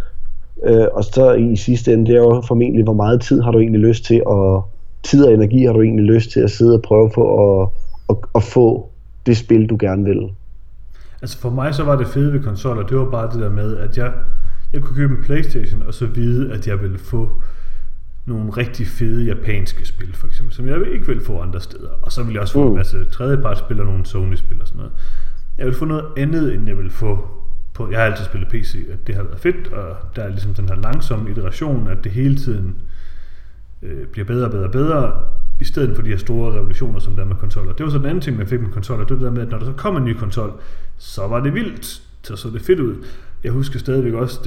Og så i sidste ende, det er jo formentlig, hvor meget tid har du egentlig lyst til, og tid og energi har du egentlig lyst til at sidde og prøve på at få det spil, du gerne vil. Altså for mig så var det fede ved konsoller, det var bare det der med, at jeg kunne købe en PlayStation og så vide, at jeg ville få nogle rigtig fede japanske spil, for eksempel, som jeg ikke ville få andre steder. Og så ville jeg også få en masse tredjepartsspil og nogle Sony-spil og sådan noget. Jeg ville få noget andet, end jeg ville få på... Jeg har altid spillet PC, at det har været fedt, og der er ligesom den her langsomme iteration, at det hele tiden bliver bedre og bedre og bedre, i stedet for de her store revolutioner, som der er med konsoller. Det var så den anden ting, man fik med konsoller, det var det der med, at når der så kom en ny konsol, så var det vildt, så det fedt ud. Jeg husker stadigvæk også,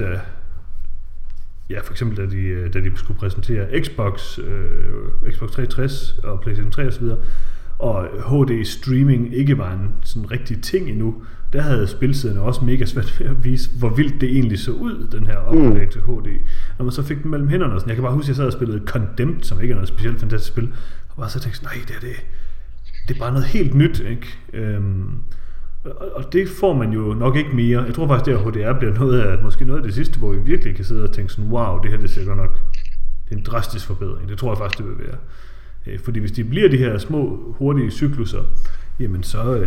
for eksempel da de skulle præsentere Xbox 360 og PlayStation 3 osv., og HD streaming ikke var en sådan rigtig ting endnu, der havde spilsiderne også mega svært ved at vise, hvor vildt det egentlig så ud, den her opgradering til HD. Når man så fik den mellem hænderne, sådan, jeg kan bare huske, at jeg sad og spillede Condemned, som ikke er noget specielt fantastisk spil, og bare så tænkte nej, det er bare noget helt nyt, ikke? Og det får man jo nok ikke mere. Jeg tror faktisk, at HDR bliver måske noget af det sidste, hvor vi virkelig kan sidde og tænke sådan, wow, det her det ser godt nok, det er en drastisk forbedring. Det tror jeg faktisk, det vil være. Fordi hvis de bliver de her små, hurtige cykluser, jamen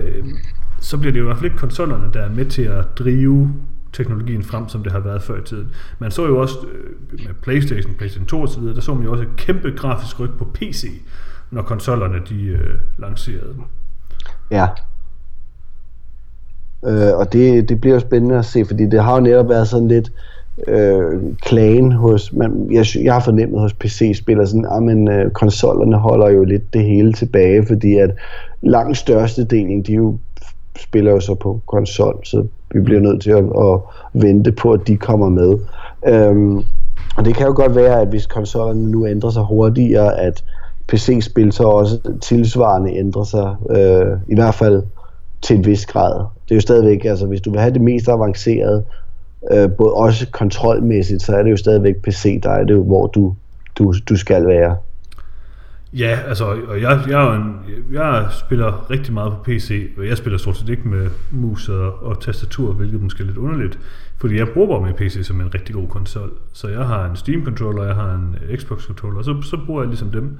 så bliver det jo i hvert fald ikke konsollerne, der er med til at drive teknologien frem, som det har været før i tiden. Man så jo også med PlayStation 2 og så videre, der så man jo også et kæmpe grafisk ryk på PC, når konsollerne de lancerede. Ja. Og det bliver jo spændende at se, fordi det har jo netop været sådan lidt klagen hos, jeg har fornemmet hos PC-spillere sådan, konsollerne holder jo lidt det hele tilbage, fordi at langt størstedelen, de jo spiller jo så på konsol, så vi bliver nødt til at vente på, at de kommer med. Og det kan jo godt være, at hvis konsollerne nu ændrer sig hurtigere, at PC-spil så også tilsvarende ændrer sig, i hvert fald til en vis grad. Det er jo stadigvæk, altså hvis du vil have det mest avancerede, både også kontrolmæssigt, så er det jo stadigvæk PC, der er det jo, hvor du skal være. Ja, altså, og jeg spiller rigtig meget på PC, og jeg spiller stort set ikke med mus og tastatur, hvilket måske er lidt underligt, fordi jeg bruger bare min PC som en rigtig god konsol. Så jeg har en Steam-controller, jeg har en Xbox-controller, og så bruger jeg ligesom dem.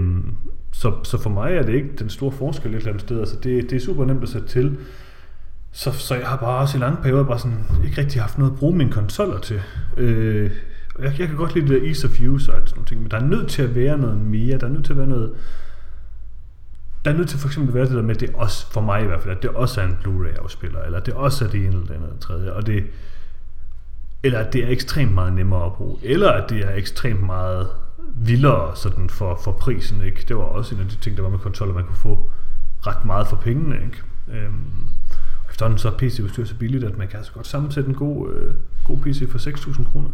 Så for mig er det ikke den store forskel et eller andet sted. Altså det er super nemt at sætte til. Så jeg har bare også i lange perioder bare sådan, ikke rigtig haft noget at bruge mine konsoller til. Jeg kan godt lide det der ease of use og alt sådan nogle ting, men der er nødt til at være noget mere. Der er nødt til at være noget... Der er nødt til for eksempel at være det der med, at det også, for mig i hvert fald, at det også er en Blu-ray-afspiller, eller det også er det ene eller det andet tredje, og det... Eller at det er ekstremt meget nemmere at bruge, eller at det er ekstremt meget vildere sådan for prisen, ikke? Det var også en af de ting, der var med konsoller, man kunne få ret meget for pengene, ikke? Efterhånden så er PC-udstyr så billigt, at man kan altså godt sammensætte en god PC for 6.000 kroner.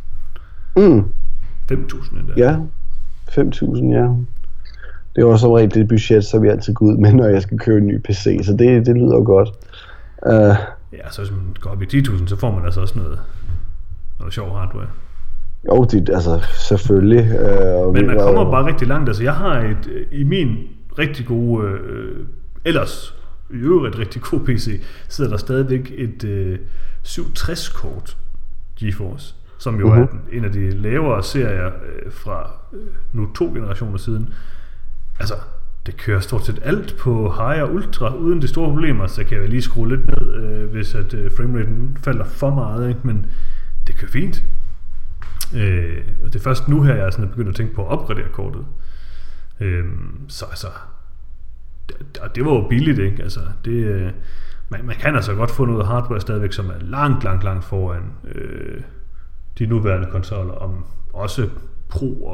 5.000 endda. Ja, 5.000, ja. Det er også som regel det budget, som jeg altid går ud med, når jeg skal købe en ny PC, så det lyder godt. Ja, så hvis man går op i 10.000, så får man altså også noget sjov hardware. Jo, det altså selvfølgelig. Men man kommer bare rigtig langt. Altså, jeg har i min rigtig gode, ellers i øvrigt rigtig god PC, sidder der stadigvæk et 760-kort GeForce, som jo er en af de lavere serier fra nu 2 generationer siden. Altså, det kører stort set alt på high og ultra, uden de store problemer, så kan jeg lige skrue lidt ned, hvis at frameraten falder for meget, ikke? Men det kører fint. Og det er først nu her, jeg er sådan begyndt at tænke på at opgradere kortet. Så altså, det var jo billigt, ikke? Altså, man kan altså godt få noget hardware stadigvæk, som er langt foran de nuværende konsoller, om også Pro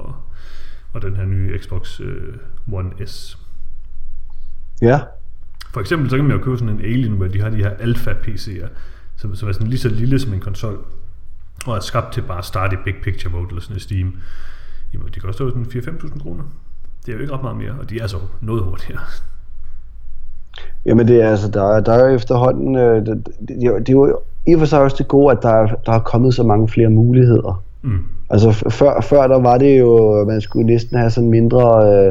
og den her nye Xbox One S. Ja. For eksempel så kan man jo købe sådan en Alien, hvor de har de her Alpha PC'er, som er sådan lige så lille som en konsol, og er skabt til bare at starte i Big Picture Mode eller sådan i Steam. Jamen, de koster jo sådan 4-5.000 kroner. Det er jo ikke ret meget mere, og de er så noget hurtigere. Jamen det er altså, der er jo efterhånden, det er jo i og for sig også det gode, at der er kommet så mange flere muligheder. Altså før der var det jo, man skulle næsten have sådan mindre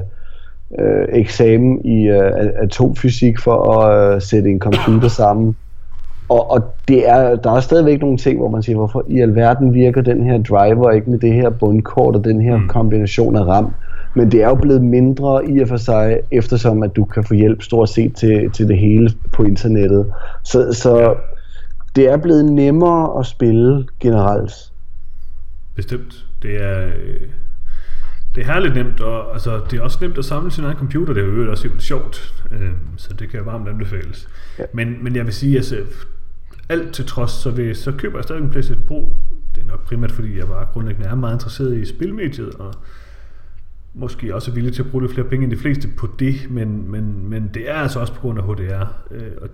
eksamen i atomfysik for at sætte en computer sammen. Og der er stadigvæk nogle ting, hvor man siger, hvorfor i alverden virker den her driver ikke med det her bundkort og den her kombination af RAM. Men det er jo blevet mindre i og for sig, eftersom at du kan få hjælp stort set til det hele på internettet. Så det er blevet nemmere at spille generelt. Bestemt. Det er herligt nemt, og altså, det er også nemt at samle sin egen computer. Det er jo også helt sjovt, så det kan varmt anbefales. Ja. Men jeg vil sige, altså, alt til trods, så køber jeg stadig en PlayStation Pro. Det er nok primært, fordi jeg bare grundlæggende er meget interesseret i spilmediet, og måske også villig til at bruge lidt flere penge end de fleste på det, men det er altså også på grund af HDR, og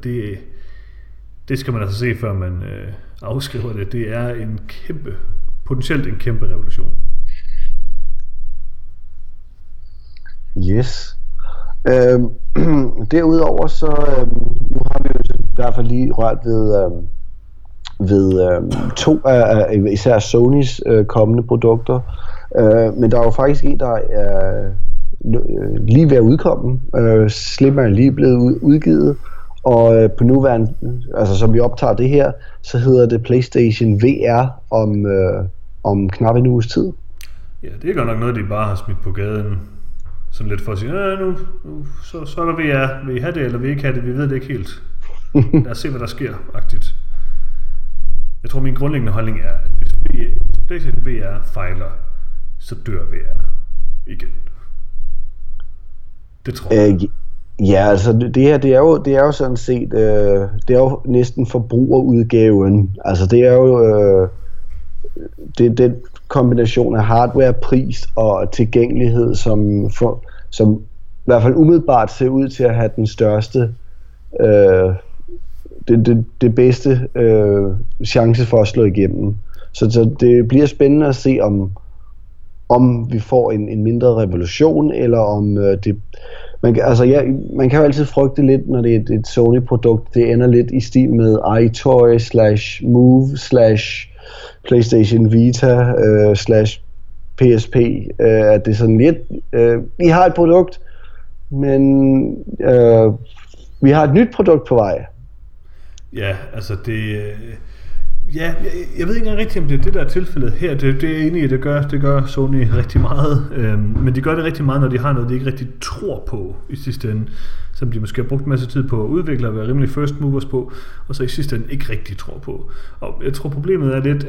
det skal man altså se, før man afskriver det. Det er potentielt en kæmpe revolution. Yes. Derudover så nu har vi jo i hvert fald lige rørt ved 2 af især Sonys kommende produkter, men der er jo faktisk en, der er lige ved at udkomme. Slim er lige blevet udgivet, og på nuværende, altså som vi optager det her, så hedder det PlayStation VR om knap en uges tid. Ja, det er godt nok noget, de bare har smidt på gaden. Sådan lidt for at sige, nu så er der VR. Vil I have det, eller vil I ikke have det? Vi ved det ikke helt. Lad os se, hvad der sker, agtigt. Jeg tror, min grundlæggende holdning er, at hvis PlayStation VR fejler, så dør VR igen. Det tror jeg. Ja, altså det her, det er jo sådan set, det er jo næsten forbrugerudgaven. Altså det er jo den kombination af hardware, pris og tilgængelighed, som i hvert fald umiddelbart ser ud til at have den største, det bedste chance for at slå igennem. Så det bliver spændende at se, om vi får en mindre revolution, eller om det... Man kan jo altid frygte lidt, når det er et Sony-produkt. Det ender lidt i stil med iToy /Move/ PlayStation Vita / PSP. At det er sådan lidt... vi har et produkt, men vi har et nyt produkt på vej. Ja, altså det... Ja, jeg ved ikke engang rigtigt, om det er det, der er tilfældet her. Det er jeg enig i, det gør Sony rigtig meget. Men de gør det rigtig meget, når de har noget, de ikke rigtig tror på i sidste ende. Som de måske har brugt en masse tid på at udvikle og være rimelig first movers på, og så i sidste ende ikke rigtig tror på. Og jeg tror, problemet er lidt,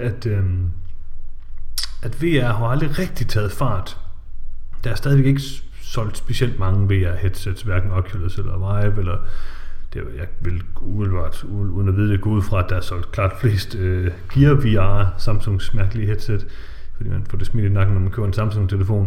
at VR har aldrig rigtig taget fart. Der er stadigvæk ikke solgt specielt mange VR-headsets, hverken Oculus eller Vive, eller jeg vil umiddelbart, uden at vide det, gå ud fra, at der er solgt klart flest Gear VR, Samsungs mærkelige headset, fordi man får det smidt i nakken, når man køber en Samsung-telefon.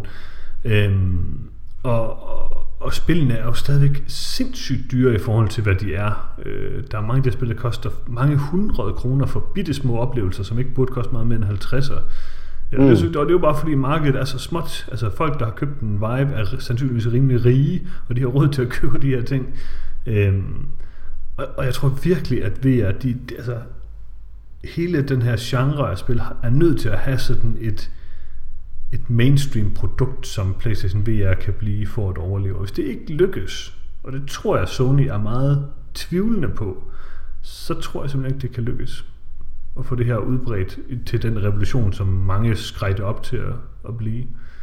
Og spillene er jo stadigvæk sindssygt dyre i forhold til, hvad de er. Der er mange af de spil, der koster mange 100 kroner for bittesmå oplevelser, som ikke burde koste meget mere end 50'er. Og det er jo bare fordi markedet er så småt. Altså folk, der har købt en Vive, er sandsynligvis rimelig rige, og de har råd til at købe de her ting. Og jeg tror virkelig, at VR, altså hele den her genre af spil er nødt til at have sådan et mainstream produkt, som PlayStation VR kan blive for at overleve. Og hvis det ikke lykkes, og det tror jeg Sony er meget tvivlende på, så tror jeg simpelthen ikke, det kan lykkes at få det her udbredt til den revolution, som mange skreg op til at blive.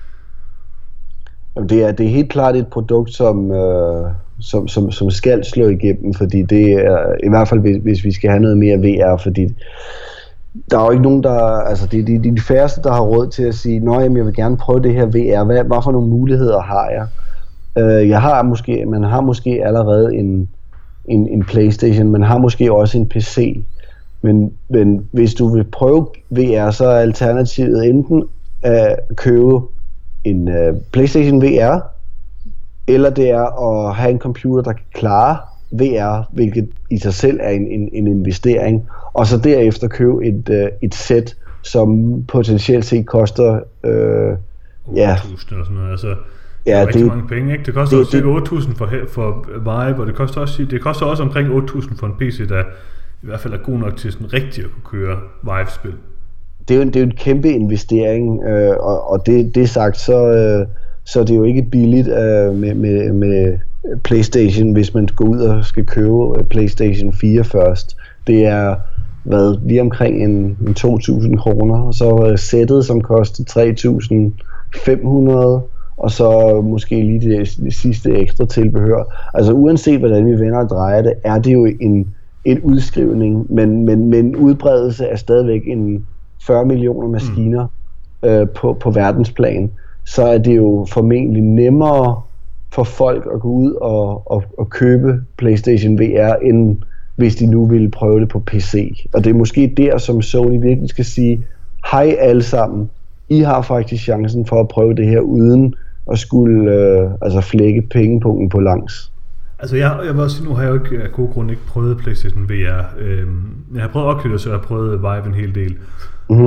Det er helt klart et produkt, som skal slå igennem, fordi det er, i hvert fald hvis vi skal have noget mere VR, fordi der er jo ikke nogen, altså det er de færreste, der har råd til at sige, nå jamen, jeg vil gerne prøve det her VR, hvad for nogle muligheder har jeg? Man har måske allerede en PlayStation, man har måske også en PC, men hvis du vil prøve VR, så er alternativet enten at købe en PlayStation VR, eller det er at have en computer, der kan klare VR, hvilket i sig selv er en investering, og så derefter købe et sæt, som potentielt set koster 8.000 eller sådan noget. Altså, det er rigtig mange penge, ikke? Det koster også 8.000 for Vive, og det koster også omkring 8.000 for en PC, der i hvert fald er god nok til sådan rigtigt at kunne køre Vive-spil. Det er jo en kæmpe investering, og det sagt, så er det jo ikke billigt med PlayStation, hvis man går ud og skal købe PlayStation 4 først. Det er lige omkring en 2.000 kroner, og så sættet, som koster 3.500, og så måske lige det sidste ekstra tilbehør. Altså uanset hvordan vi vender og drejer det, er det jo en udskrivning, men udbredelse er stadigvæk en 40 millioner maskiner på verdensplan, så er det jo formentlig nemmere for folk at gå ud og købe PlayStation VR, end hvis de nu ville prøve det på PC. Og det er måske der, som Sony virkelig skal sige, hej alle sammen, I har faktisk chancen for at prøve det her, uden at skulle flække pengepunkten på langs. Altså jeg vil også sige, nu har jeg jo ikke af god grund ikke prøvet PlayStation VR. Jeg har prøvet Oculus, og jeg har prøvet Vive en hel del. Mm-hmm.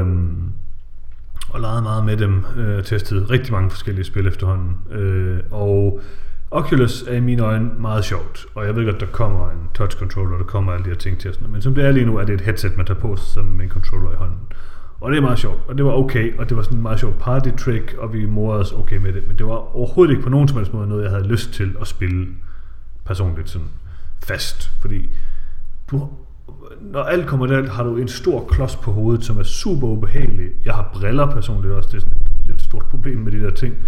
Og leget meget med dem, testet rigtig mange forskellige spil efterhånden. Og Oculus er i mine øjne meget sjovt, og jeg ved godt, der kommer en touch controller, der kommer alle de her ting til sådan noget. Men som det er lige nu, er det et headset, man tager på som en controller i hånden. Og det er meget sjovt, og det var okay, og det var sådan en meget sjovt party trick, og vi morede os okay med det. Men det var overhovedet ikke på nogen som helst måde noget, jeg havde lyst til at spille personligt sådan fast, fordi når alt kommer der, har du en stor klods på hovedet, som er super ubehagelig. Jeg har briller personligt også, det er sådan et lidt stort problem med de der ting.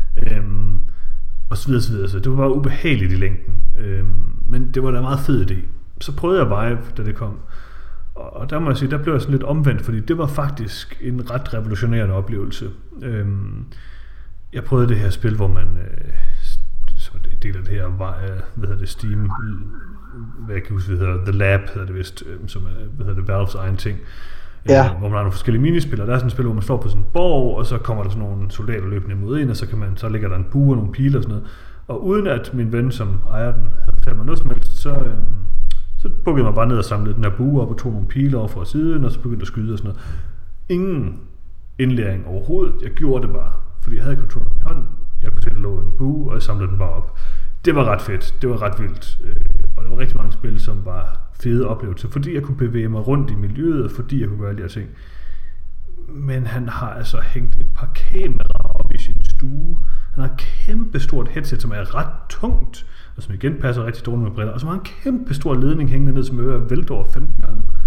Og så videre, så videre. Så det var bare ubehageligt i længden. Men det var da en meget fed idé. Så prøvede jeg Vive, da det kom. Og der må jeg sige, der blev jeg sådan lidt omvendt, fordi det var faktisk en ret revolutionerende oplevelse. Jeg prøvede det her spil, hvor man som en del af det her, hvad hedder det, Steam, hvad jeg kan huske, hedder The Lab, hedder det vist, som er, Valves egen ting. Ja. Hvor man har nogle forskellige minispil, og der er sådan et spil, hvor man står på sådan en borg, og så kommer der sådan nogle soldater løbende mod en, og så ligger der en bue og nogle piler og sådan noget. Og uden at min ven, som ejer den, havde fortalt mig noget som helst, så bukkede jeg mig bare ned og samlede den her bue op og tog nogle piler over fra siden, og så begyndte at skyde og sådan noget. Ingen indlæring overhovedet. Jeg gjorde det bare, fordi jeg havde controlleren i hånden. Jeg kunne se, der lå en bue, og jeg samlede den bare op. Det var ret fedt. Det var ret vildt. Og der var rigtig mange spil, som var fede oplevelser, fordi jeg kunne bevæge mig rundt i miljøet, og fordi jeg kunne gøre alle de her ting. Men han har altså hængt et par kameraer op i sin stue. Han har et kæmpe stort headset, som er ret tungt, og som igen passer rigtig dårligt med briller, og som har en kæmpe stor ledning hængende ned, som er ved at vælte over 15 gange.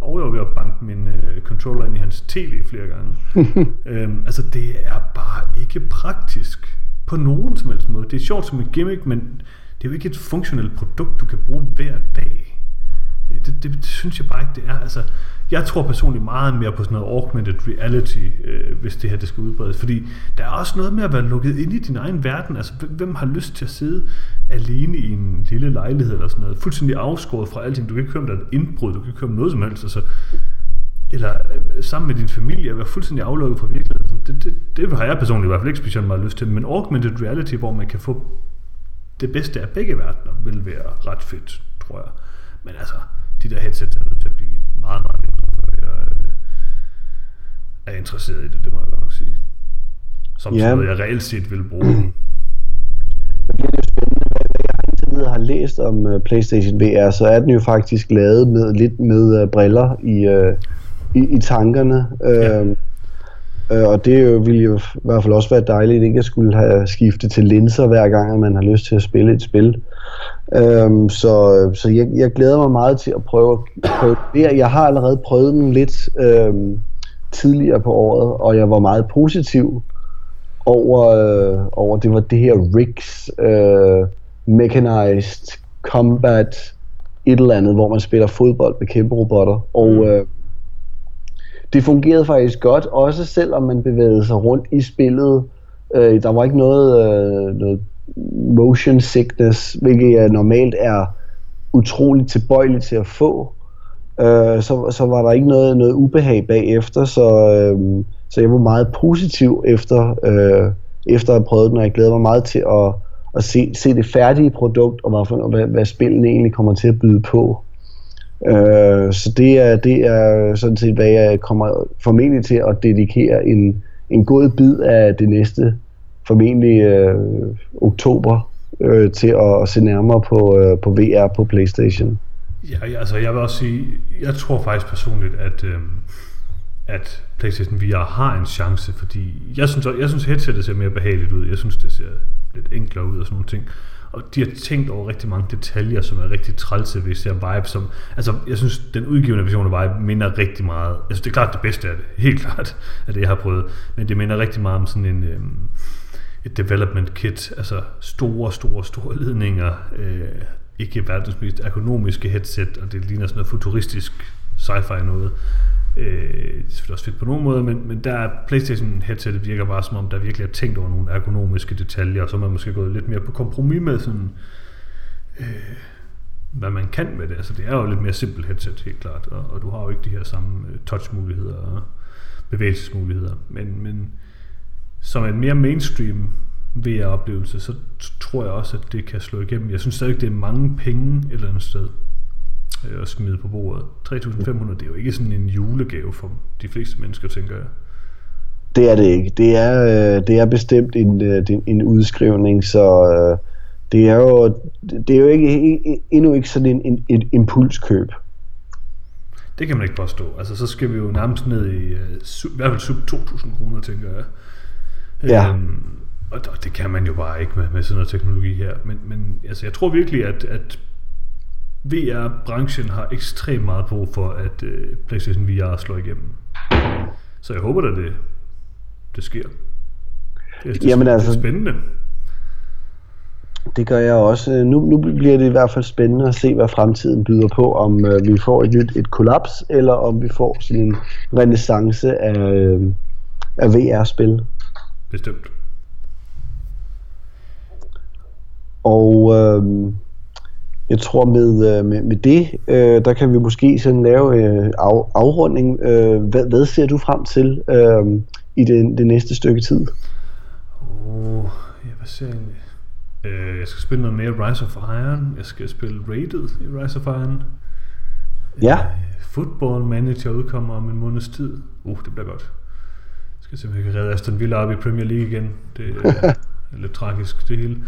jeg var ved at banke min controller ind i hans tv flere gange. Altså det er bare ikke praktisk på nogen som helst måde. Det er sjovt som en gimmick, men det er jo ikke et funktionelt produkt, du kan bruge hver dag. Det synes jeg bare ikke, det er. Altså, jeg tror personligt meget mere på sådan noget augmented reality, hvis det her det skal udbredes. Fordi der er også noget med at være lukket ind i din egen verden. Altså, hvem har lyst til at sidde alene i en lille lejlighed eller sådan noget? Fuldstændig afskåret fra alting. Du kan ikke købe dig et indbrud, du kan ikke købe noget som helst. Altså, eller sammen med din familie at være fuldstændig aflukket fra virkeligheden. Det har jeg personligt i hvert fald ikke specielt meget lyst til. Men augmented reality, hvor man kan få det bedste af begge verdener, vil være ret fedt, tror jeg. Men altså, de der headsets er nødt til at blive meget, meget mindre, før jeg er interesseret i det må jeg godt nok sige. Som sådan noget, jeg reelt set vil bruge. Det bliver jo spændende. Hvad jeg indtil videre har læst om PlayStation VR, så er den jo faktisk lavet med lidt med briller i tankerne. Og det ville jo i hvert fald også være dejligt, ikke at skulle have skiftet til linser hver gang, at man har lyst til at spille et spil. Så jeg glæder mig meget til at prøve det. Jeg har allerede prøvet den lidt tidligere på året, og jeg var meget positiv over det var det her Rigs Mechanized Combat et eller andet, hvor man spiller fodbold med kæmpe robotter. Og det fungerede faktisk godt, også selvom man bevægede sig rundt i spillet. Der var ikke noget motion sickness, hvilket jeg normalt er utroligt tilbøjelig til at få. Så var der ikke noget ubehag bagefter, så jeg var meget positiv efter at have prøvet den, og jeg glæder mig meget til at se det færdige produkt, og hvad spillene egentlig kommer til at byde på. Så det er sådan set, hvad jeg kommer formentlig til at dedikere en god bid af det næste, formentlig oktober, til at se nærmere på VR på PlayStation. Ja, altså jeg vil også sige, jeg tror faktisk personligt, at PlayStation VR har en chance, fordi jeg synes headsetet ser mere behageligt ud. Jeg synes, det ser lidt enklere ud og sådan nogle ting. Og de har tænkt over rigtig mange detaljer, som er rigtig trælse, hvis jeg Vive som... Altså, jeg synes, den udgivende version af Vive minder rigtig meget... Altså, det er klart det bedste af det. Helt klart af det, jeg har prøvet. Men det minder rigtig meget om sådan et development kit. Altså, store ledninger. Ikke verdens mest ergonomiske headset, og det ligner sådan noget futuristisk sci-fi noget. Det er selvfølgelig også fedt på nogen måde, men der er PlayStation headsetet virker bare som om, der virkelig er tænkt over nogle ergonomiske detaljer, og så er man måske gået lidt mere på kompromis med sådan, hvad man kan med det. Altså det er jo lidt mere simpelt headset, helt klart, og du har jo ikke de her samme touchmuligheder og bevægelsesmuligheder, men som en mere mainstream VR-oplevelse, så tror jeg også, at det kan slå igennem. Jeg synes stadig, det er mange penge et eller andet sted at smide på bordet. 3.500, det er jo ikke sådan en julegave for de fleste mennesker, tænker jeg. Det er det ikke. Det er bestemt en udskrivning, så det er jo endnu ikke sådan et impulskøb. Det kan man ikke påstå. Altså så skal vi jo nærmest ned i hvert fald sub 2.000 kroner, tænker jeg. Ja. Og det kan man jo bare ikke med sådan noget teknologi her. Men altså, jeg tror virkelig, at VR-branchen har ekstremt meget brug for, at PlayStation VR slår igennem. Så jeg håber, at det sker. Det er spændende. Det gør jeg også. Nu bliver det i hvert fald spændende at se, hvad fremtiden byder på, om vi får et kollaps, eller om vi får sådan en renæssance af VR-spil. Bestemt. Og jeg tror med det, der kan vi måske sådan lave afrunding. Hvad ser du frem til i det næste stykke tid? Hvad ser jeg egentlig? Jeg skal spille noget mere Rise of Iron. Jeg skal spille Raided i Rise of Iron. Ja. Football Manager udkommer om en måneds tid. Det bliver godt. Jeg skal se, om jeg kan redde Aston Villa op i Premier League igen. Det er lidt tragisk, det hele.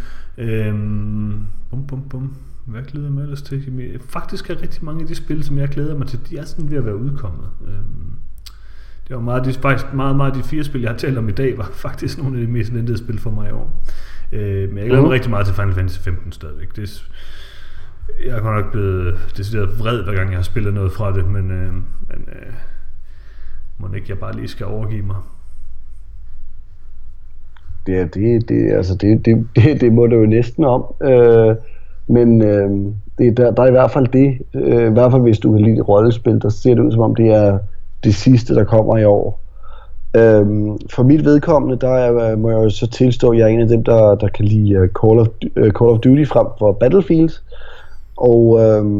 Hvad glæder jeg mig ellers til? Faktisk er rigtig mange af de spil, som jeg glæder mig til, de er sådan ved at være udkommet. Det var faktisk meget de 4 spil, jeg har talt om i dag, var faktisk nogle af de mest ventede spil for mig i år. Men jeg glæder mig rigtig meget til Final Fantasy 15 stadigvæk. Jeg er nok blevet decideret vred, hver gang jeg har spillet noget fra det, men må ikke jeg bare lige skal overgive mig. Det må det jo næsten om. Men der er i hvert fald det, i hvert fald hvis du kan lide rollespil, der ser det ud som om det er det sidste, der kommer i år. For mit vedkommende, må jeg jo så tilstå, at jeg er en af dem, der kan lide Call of Duty frem for Battlefield. Og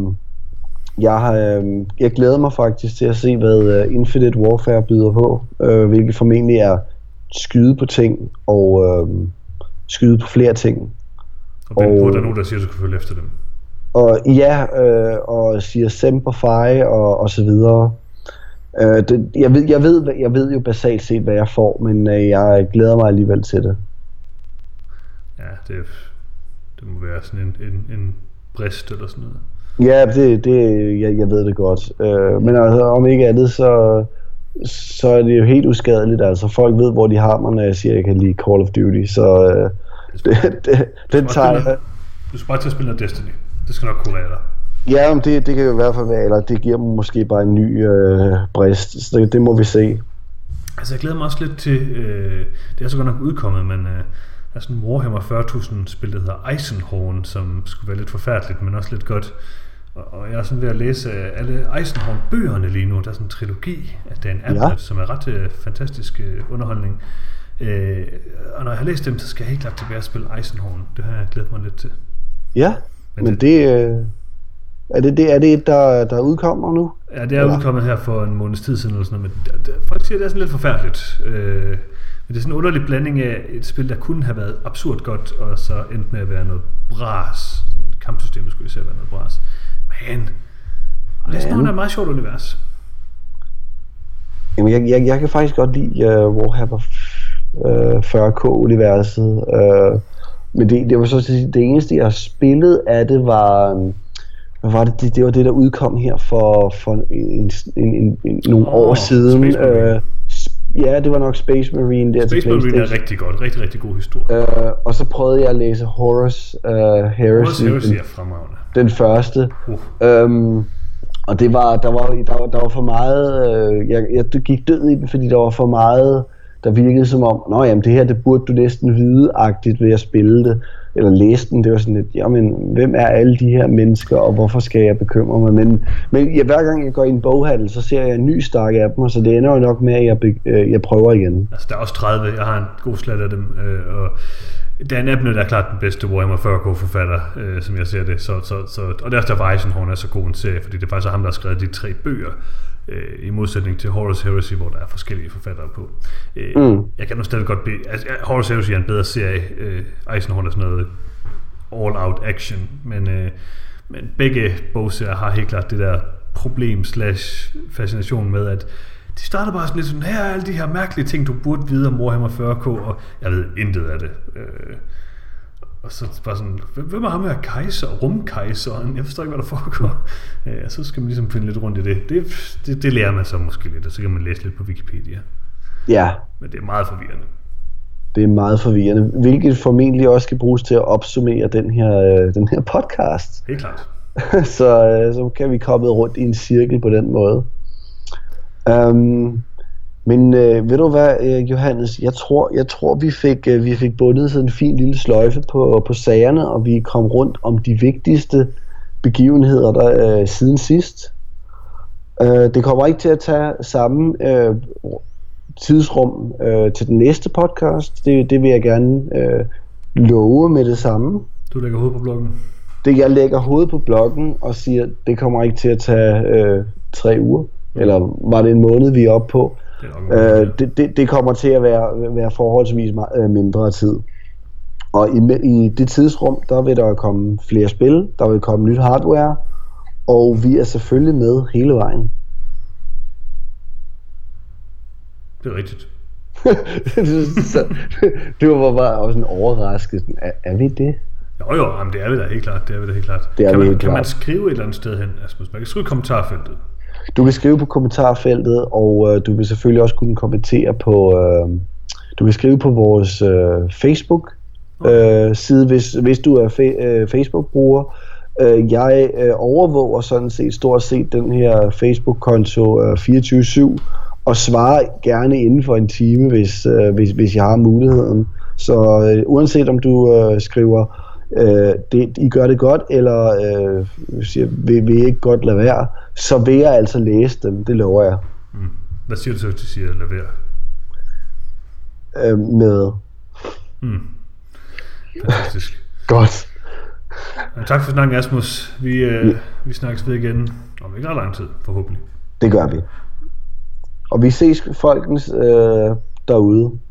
jeg glæder mig faktisk til at se, hvad Infinite Warfare byder på, hvilket formentlig er skyde på ting og skyde på flere ting. Og der er nogen, der siger, at du skal følge efter dem. Og ja, og siger Semper Fi og så videre. Jeg ved jo basalt set, hvad jeg får, men jeg glæder mig alligevel til det. Ja, det må være sådan en brist eller sådan noget. Ja, jeg ved det godt. Men altså, om ikke andet, så er det jo helt uskadeligt. Altså, folk ved, hvor de har mig, når jeg siger, at jeg kan lide Call of Duty. Så den tager... Du skal bare til at spille noget Destiny. Det skal nok kurere dig. Ja, men det kan jo i hvert fald være, eller det giver måske bare en ny brist. Så det må vi se. Altså, jeg glæder mig også lidt til... det er så godt nok udkommet, men... Der er sådan en Warhammer 40.000 spil, der hedder Eisenhorn, som skulle være lidt forfærdeligt, men også lidt godt. Og jeg er sådan ved at læse alle Eisenhorn-bøgerne lige nu. Der er sådan en trilogi af Dan Abnett, som er ret fantastisk underholdning. Og når jeg har læst dem, så skal jeg helt klart tilbage og spille Eisenhorn. Det har jeg glædet mig lidt til. Ja, men det er det der udkommer nu? Ja, det er udkommet her for en måneds tid siden eller sådan noget, men folk siger, at det er sådan lidt forfærdeligt. Men det er sådan en underlig blanding af et spil, der kunne have været absurd godt, og så endte med at være noget bras. Kampsystemet skulle især være noget bras. Men Eisenhorn er et meget sjovt univers. Jamen, jeg kan faktisk godt lide Warhammer 40K-universet. Men det var så det eneste, jeg har spillet af det, var... Hvad var det? Det var det, der udkom her for nogle år siden. Ja, det var nok Space Marine der. Space Marine er rigtig godt, rigtig, rigtig god historie. Og så prøvede jeg at læse Horus Heresy, den første. Og det var, der var for meget, jeg gik død i den, fordi der var for meget, der virkede som om, jamen det her, det burde du næsten vide-agtigt ved at spille det, eller læse den. Det var sådan lidt, jamen hvem er alle de her mennesker, og hvorfor skal jeg bekymre mig? Men hver gang jeg går i en boghandel, så ser jeg en ny stak af dem, og så det ender jo nok med, at jeg prøver igen. Altså der er også 30, jeg har en god slat af dem, og Dan Abnett er klart den bedste Warhammer 40K-forfatter, som jeg ser det. Og det er også derfor Eisenhorn er så god en serie, fordi det er faktisk ham, der har skrevet de 3 bøger, i modsætning til Horus Heresy, hvor der er forskellige forfattere på. Jeg kan nu stadig godt Horus Heresy er en bedre serie. Eisenhorn er sådan noget all-out action, men begge bogserier har helt klart det der problem/fascination med, at de starter bare sådan lidt sådan, her er alle de her mærkelige ting, du burde vide om Warhammer 40K, og jeg ved intet af det. Og så bare sådan, hvem er ham her kejser, rumkejseren? Jeg forstår ikke, hvad der foregår. Så skal man ligesom finde lidt rundt i det. Det lærer man så måske lidt, og så kan man læse lidt på Wikipedia. Ja. Men det er meget forvirrende. Det er meget forvirrende, hvilket formentlig også skal bruges til at opsummere den her podcast. Helt klart. så kan vi komme rundt i en cirkel på den måde. Men ved du hvad, Johannes, jeg tror vi fik bundet sådan en fin lille sløjfe på sagerne, og vi kom rundt om de vigtigste begivenheder der siden sidst. Det kommer ikke til at tage samme tidsrum til den næste podcast. Det vil jeg gerne love med det samme. Du lægger hovedet på bloggen? Jeg lægger hovedet på bloggen og siger, det kommer ikke til at tage 3 uger. Eller var det en måned, vi er oppe på? Det kommer til at være forholdsvis mindre tid. Og i det tidsrum, der vil der komme flere spil, der vil komme nyt hardware, og vi er selvfølgelig med hele vejen. Det er rigtigt. Det var bare også en overraskelse. Er vi det? Jo, men det er vi da helt klart. Kan man skrive et eller andet sted hen, Asmus? Man kan skrive i kommentarfeltet. Du kan skrive på kommentarfeltet, og du vil selvfølgelig også kunne kommentere på... du kan skrive på vores Facebook side, hvis du er Facebook-bruger. Jeg overvåger sådan set stort set den her Facebook-konto 24/7 og svarer gerne inden for en time, hvis jeg har muligheden. Så uanset om du skriver, I gør det godt, eller siger, vil I ikke godt lade være, så vil jeg altså læse dem, det lover jeg. Hvad siger du så, hvis de siger lade være? Med. Fantastisk. Godt. Tak for snakken, Asmus. Vi snakkes ved igen om ikke ret lang tid, forhåbentlig. Det gør vi. Og vi ses folkens derude.